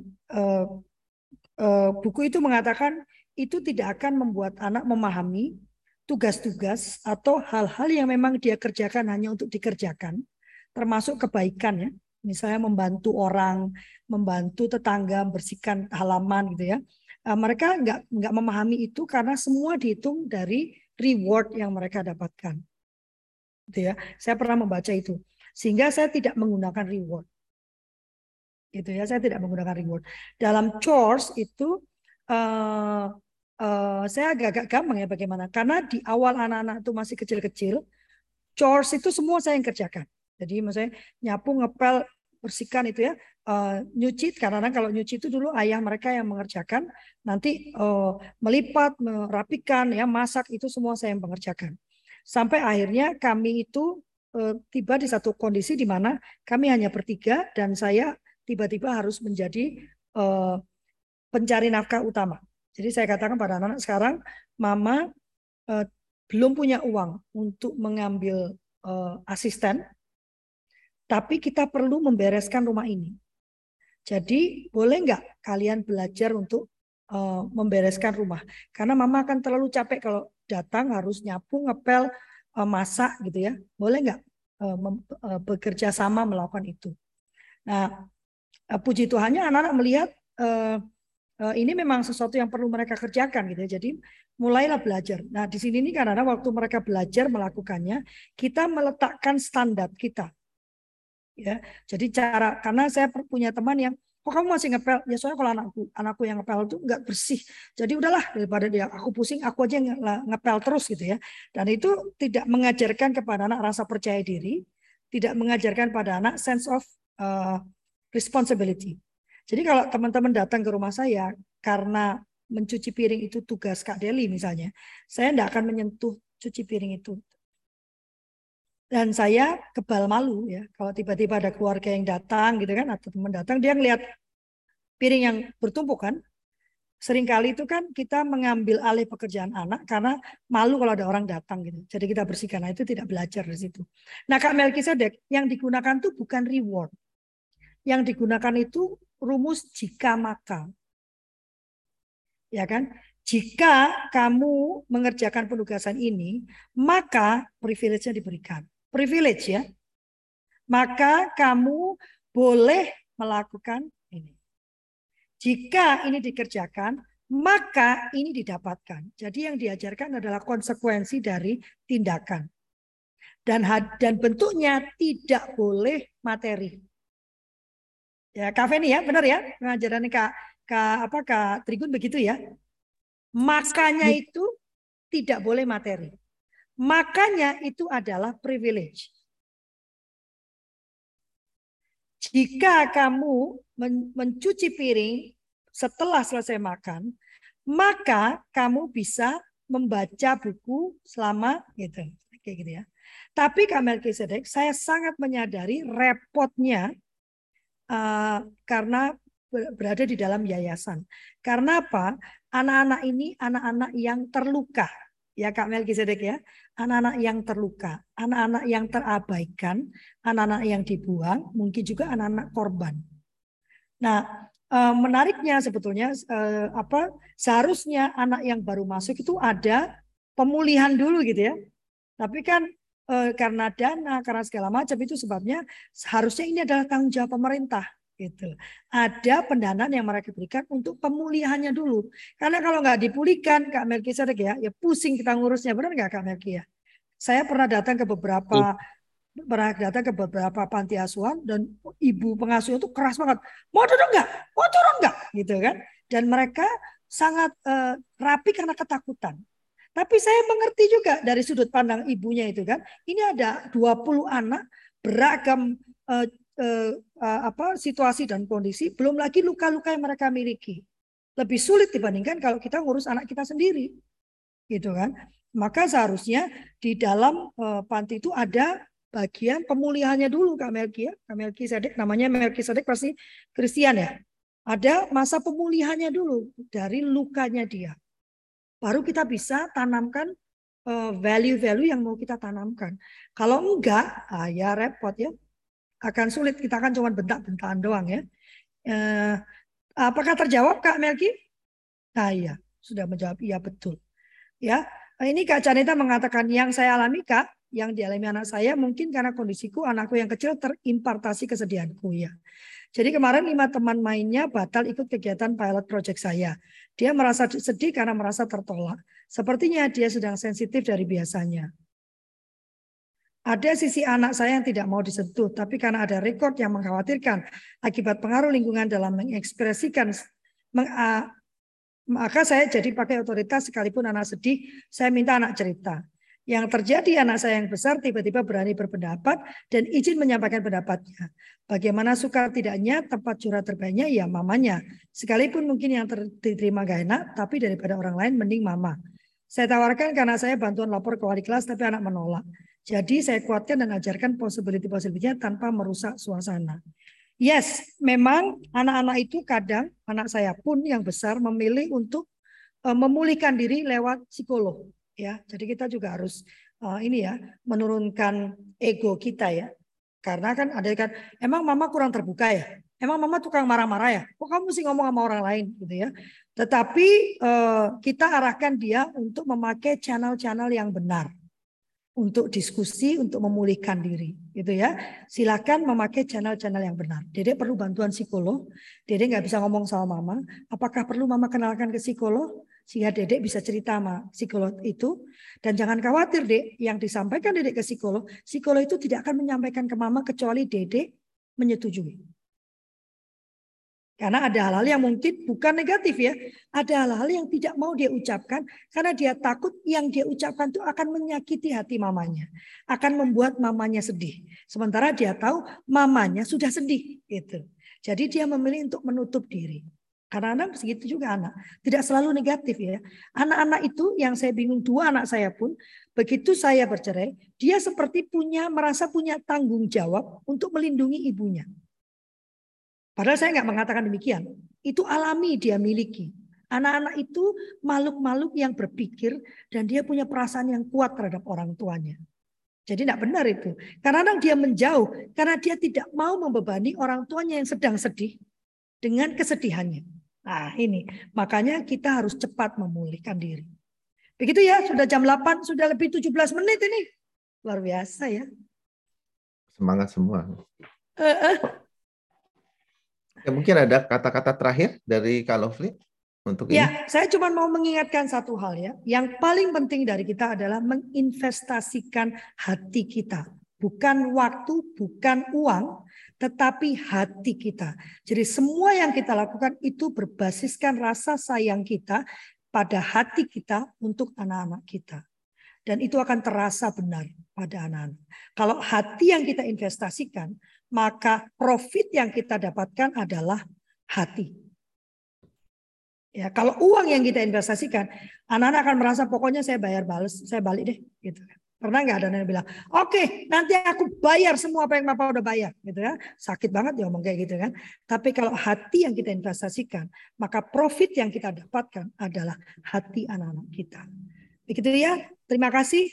buku itu mengatakan itu tidak akan membuat anak memahami tugas-tugas atau hal-hal yang memang dia kerjakan hanya untuk dikerjakan, termasuk kebaikan ya, misalnya membantu orang, membantu tetangga bersihkan halaman gitu ya. Mereka nggak memahami itu karena semua dihitung dari reward yang mereka dapatkan, gitu ya. Saya pernah membaca itu, sehingga saya tidak menggunakan reward. Gitu ya, saya tidak menggunakan reward. Dalam chores itu saya agak gampang ya bagaimana, karena di awal anak-anak itu masih kecil-kecil, chores itu semua saya yang kerjakan. Jadi misalnya nyapu, ngepel, bersihkan itu ya, nyuci, karena kalau nyuci itu dulu ayah mereka yang mengerjakan, nanti melipat, merapikan, ya masak, itu semua saya yang mengerjakan. Sampai akhirnya kami itu tiba di satu kondisi di mana kami hanya bertiga dan saya tiba-tiba harus menjadi pencari nafkah utama. Jadi saya katakan pada anak-anak sekarang, mama belum punya uang untuk mengambil asisten, tapi kita perlu membereskan rumah ini. Jadi boleh nggak kalian belajar untuk membereskan rumah? Karena mama akan terlalu capek kalau datang harus nyapu, ngepel, masak gitu ya. Boleh nggak bekerja sama melakukan itu? Nah, puji Tuhannya anak-anak melihat ini memang sesuatu yang perlu mereka kerjakan gitu ya. Jadi mulailah belajar. Nah, di sini nih karena waktu mereka belajar melakukannya, kita meletakkan standar kita. Ya, jadi karena saya punya teman yang kok kamu masih ngepel? Ya soalnya kalau anakku yang ngepel itu nggak bersih. Jadi udahlah daripada dia aku pusing, aku aja ngepel terus gitu ya. Dan itu tidak mengajarkan kepada anak rasa percaya diri, tidak mengajarkan pada anak sense of responsibility. Jadi kalau teman-teman datang ke rumah saya karena mencuci piring itu tugas Kak Deli misalnya, saya tidak akan menyentuh cuci piring itu. Dan saya kebal malu ya kalau tiba-tiba ada keluarga yang datang gitu kan, atau teman datang dia ngelihat piring yang bertumpuk kan. Seringkali itu kan kita mengambil alih pekerjaan anak karena malu kalau ada orang datang gitu. Jadi kita bersihkan. Nah, itu tidak belajar di situ. Nah, Kak Melkisedek yang digunakan itu bukan reward. Yang digunakan itu rumus jika maka. Ya kan? Jika kamu mengerjakan penugasan ini, maka privilege-nya diberikan. Privilege ya. Maka kamu boleh melakukan ini. Jika ini dikerjakan, maka ini didapatkan. Jadi yang diajarkan adalah konsekuensi dari tindakan. Dan bentuknya tidak boleh materi. Ya, Kak Feni ya, benar ya? Pengajarannya Kak Trigun begitu ya. Makanya itu tidak boleh materi. Makanya itu adalah privilege. Jika kamu mencuci piring setelah selesai makan, maka kamu bisa membaca buku selama gitu, kayak gitu ya. Tapi Kak Melkisedek, saya sangat menyadari repotnya karena berada di dalam yayasan. Karena apa? Anak-anak ini anak-anak yang terluka. Ya Kak Melkisedek ya, anak-anak yang terluka, anak-anak yang terabaikan, anak-anak yang dibuang, mungkin juga anak-anak korban. Nah, menariknya sebetulnya seharusnya anak yang baru masuk itu ada pemulihan dulu gitu ya. Tapi kan karena dana, karena segala macam itu sebabnya seharusnya ini adalah tanggung jawab pemerintah. Gitu. Ada pendanaan yang mereka berikan untuk pemulihannya dulu. Karena kalau nggak dipulihkan, Kak Melkisedek ya pusing kita ngurusnya, benar nggak Kak Melki ya? Saya pernah datang ke beberapa panti asuhan dan ibu pengasuh itu keras banget. Mau turun nggak, gitu kan? Dan mereka sangat rapi karena ketakutan. Tapi saya mengerti juga dari sudut pandang ibunya itu kan. Ini ada 20 anak beragam situasi dan kondisi, belum lagi luka-luka yang mereka miliki. Lebih sulit dibandingkan kalau kita ngurus anak kita sendiri. Gitu kan. Maka seharusnya di dalam panti itu ada bagian pemulihannya dulu Kak Melki ya. Kak Melkisedek, namanya Melkisedek pasti Kristen ya. Ada masa pemulihannya dulu dari lukanya dia. Baru kita bisa tanamkan value-value yang mau kita tanamkan. Kalau enggak, ya repot ya. Akan sulit, kita akan cuma bentak-bentakan doang ya. Apakah terjawab Kak Melki? Nah iya, sudah menjawab iya betul. Ya, ini Kak Janita mengatakan yang saya alami Kak, yang dialami anak saya mungkin karena kondisiku anakku yang kecil terimpartasi kesedihanku ya. Jadi kemarin 5 teman mainnya batal ikut kegiatan pilot project saya. Dia merasa sedih karena merasa tertolak. Sepertinya dia sedang sensitif dari biasanya. Ada sisi anak saya yang tidak mau disentuh, tapi karena ada rekod yang mengkhawatirkan akibat pengaruh lingkungan dalam mengekspresikan, maka saya jadi pakai otoritas sekalipun anak sedih, saya minta anak cerita. Yang terjadi anak saya yang besar tiba-tiba berani berpendapat dan izin menyampaikan pendapatnya. Bagaimana suka tidaknya tempat curhat terbaiknya ya mamanya. Sekalipun mungkin yang diterima gak enak, tapi daripada orang lain mending mama. Saya tawarkan karena saya bantuan lapor ke wali kelas tapi anak menolak. Jadi saya kuatkan dan ajarkan possibility-nya tanpa merusak suasana. Yes, memang anak-anak itu kadang, anak saya pun yang besar memilih untuk memulihkan diri lewat psikolog ya. Jadi kita juga harus ini ya, menurunkan ego kita ya. Karena kan ada kan, emang mama kurang terbuka ya? Emang mama tukang marah-marah ya? Kok kamu mesti ngomong sama orang lain gitu ya? Tetapi kita arahkan dia untuk memakai channel-channel yang benar. Untuk diskusi, untuk memulihkan diri, gitu ya. Silakan memakai channel-channel yang benar. Dedek perlu bantuan psikolog. Dedek nggak bisa ngomong sama mama. Apakah perlu mama kenalkan ke psikolog sehingga dedek bisa cerita sama psikolog itu? Dan jangan khawatir, dek, yang disampaikan dedek ke psikolog itu tidak akan menyampaikan ke mama kecuali dedek menyetujui. Karena ada hal-hal yang mungkin bukan negatif ya. Ada hal-hal yang tidak mau dia ucapkan. Karena dia takut yang dia ucapkan itu akan menyakiti hati mamanya. Akan membuat mamanya sedih. Sementara dia tahu mamanya sudah sedih. Gitu. Jadi dia memilih untuk menutup diri. Karena anak begitu juga anak. Tidak selalu negatif ya. Anak-anak itu yang saya bingung, 2 anak saya pun. Begitu saya bercerai. Dia seperti merasa punya tanggung jawab untuk melindungi ibunya. Padahal saya nggak mengatakan demikian. Itu alami dia miliki. Anak-anak itu makhluk-makhluk yang berpikir dan dia punya perasaan yang kuat terhadap orang tuanya. Jadi tidak benar itu. Karena dia menjauh karena dia tidak mau membebani orang tuanya yang sedang sedih dengan kesedihannya. Nah ini, makanya kita harus cepat memulihkan diri. Begitu ya, sudah jam 8, sudah lebih 17 menit ini. Luar biasa ya. Semangat semua. Ya, mungkin ada kata-kata terakhir dari Kak Lovely untuk ini. Ya, saya cuma mau mengingatkan satu hal ya. Yang paling penting dari kita adalah menginvestasikan hati kita. Bukan waktu, bukan uang, tetapi hati kita. Jadi semua yang kita lakukan itu berbasiskan rasa sayang kita pada hati kita untuk anak-anak kita. Dan itu akan terasa benar pada anak-anak. Kalau hati yang kita investasikan, maka profit yang kita dapatkan adalah hati. Ya, kalau uang yang kita investasikan, anak-anak akan merasa pokoknya saya bayar balas, saya balik deh. Gitu. Pernah nggak ada yang bilang, oke, nanti aku bayar semua apa yang Bapak udah bayar, gitu ya? Sakit banget dia ngomong kayak gitu kan. Tapi kalau hati yang kita investasikan, maka profit yang kita dapatkan adalah hati anak-anak kita. Begitu ya. Terima kasih.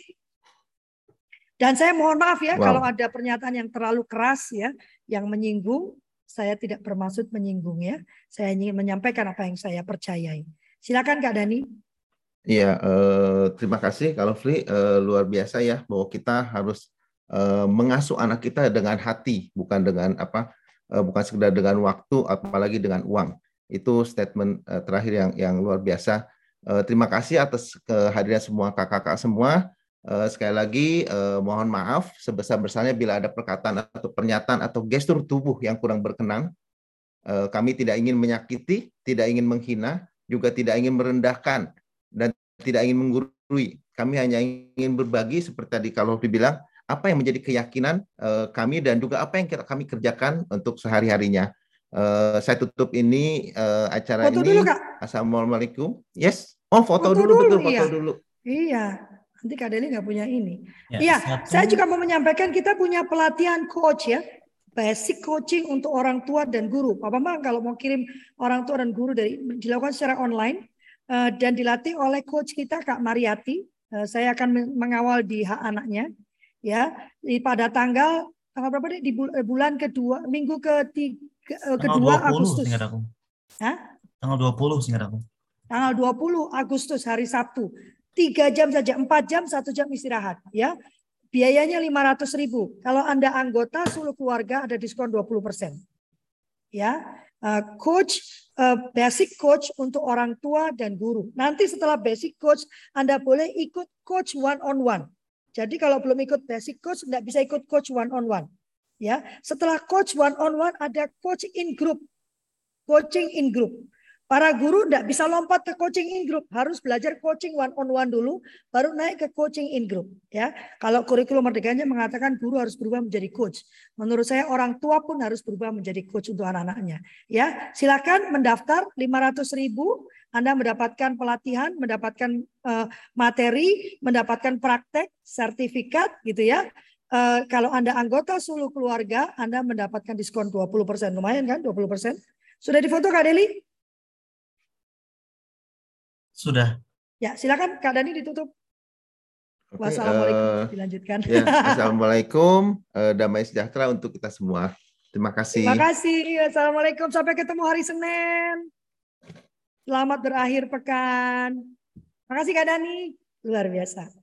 Dan saya mohon maaf ya kalau ada pernyataan yang terlalu keras ya, yang menyinggung. Saya tidak bermaksud menyinggung ya. Saya ingin menyampaikan apa yang saya percayai. Silakan Kak Dani. Iya, terima kasih Kak Lovely. Luar biasa ya bahwa kita harus mengasuh anak kita dengan hati, bukan dengan bukan sekedar dengan waktu, apalagi dengan uang. Itu statement terakhir yang luar biasa. Terima kasih atas kehadiran semua kakak-kakak semua. Sekali lagi mohon maaf sebesar-besarnya bila ada perkataan atau pernyataan atau gestur tubuh yang kurang berkenan. Kami tidak ingin menyakiti, tidak ingin menghina, juga tidak ingin merendahkan, dan tidak ingin menggurui. Kami hanya ingin berbagi seperti tadi kalau dibilang apa yang menjadi keyakinan kami dan juga apa yang kami kerjakan untuk sehari-harinya. Saya tutup ini acara foto ini. Dulu, Kak. Assalamualaikum. Yes. Oh, foto dulu, betul, foto dulu. Iya. Nanti Kak Deli nggak punya ini. Iya, saya juga mau menyampaikan kita punya pelatihan coach ya. Basic coaching untuk orang tua dan guru. Papa Mama kalau mau kirim orang tua dan guru dilakukan secara online dan dilatih oleh coach kita Kak Mariati. Saya akan mengawal di hak anaknya ya. Pada tanggal berapa deh di bulan kedua, minggu kedua Agustus. Hah? Tanggal 20 singkat aku. Tanggal 20 Agustus hari Sabtu. 3 jam saja, 4 jam, 1 jam istirahat ya. Biayanya 500.000. Kalau Anda anggota seluruh keluarga ada diskon 20%. Ya. Coach basic coach untuk orang tua dan guru. Nanti setelah basic coach Anda boleh ikut coach one on one. Jadi kalau belum ikut basic coach enggak bisa ikut coach one on one. Ya. Setelah coach one on one ada coach in group. Coaching in group. Para guru tidak bisa lompat ke coaching in group, harus belajar coaching one on one dulu, baru naik ke coaching in group. Ya, kalau kurikulum merdekanya mengatakan guru harus berubah menjadi coach. Menurut saya orang tua pun harus berubah menjadi coach untuk anak-anaknya. Ya, silakan mendaftar 500.000. Anda mendapatkan pelatihan, mendapatkan materi, mendapatkan praktek, sertifikat, gitu ya. Kalau Anda anggota seluruh keluarga, Anda mendapatkan diskon 20%. Lumayan kan, 20%. Sudah difoto Kak Deli? Sudah. Ya, silakan Kak Dani ditutup. Oke, Wassalamualaikum. Dilanjutkan. ya, Assalamualaikum, damai sejahtera untuk kita semua. Terima Terima kasih. kasih. Assalamualaikum. Sampai ketemu hari Senin. Selamat berakhir pekan. Terima kasih Kak Dani. Luar biasa.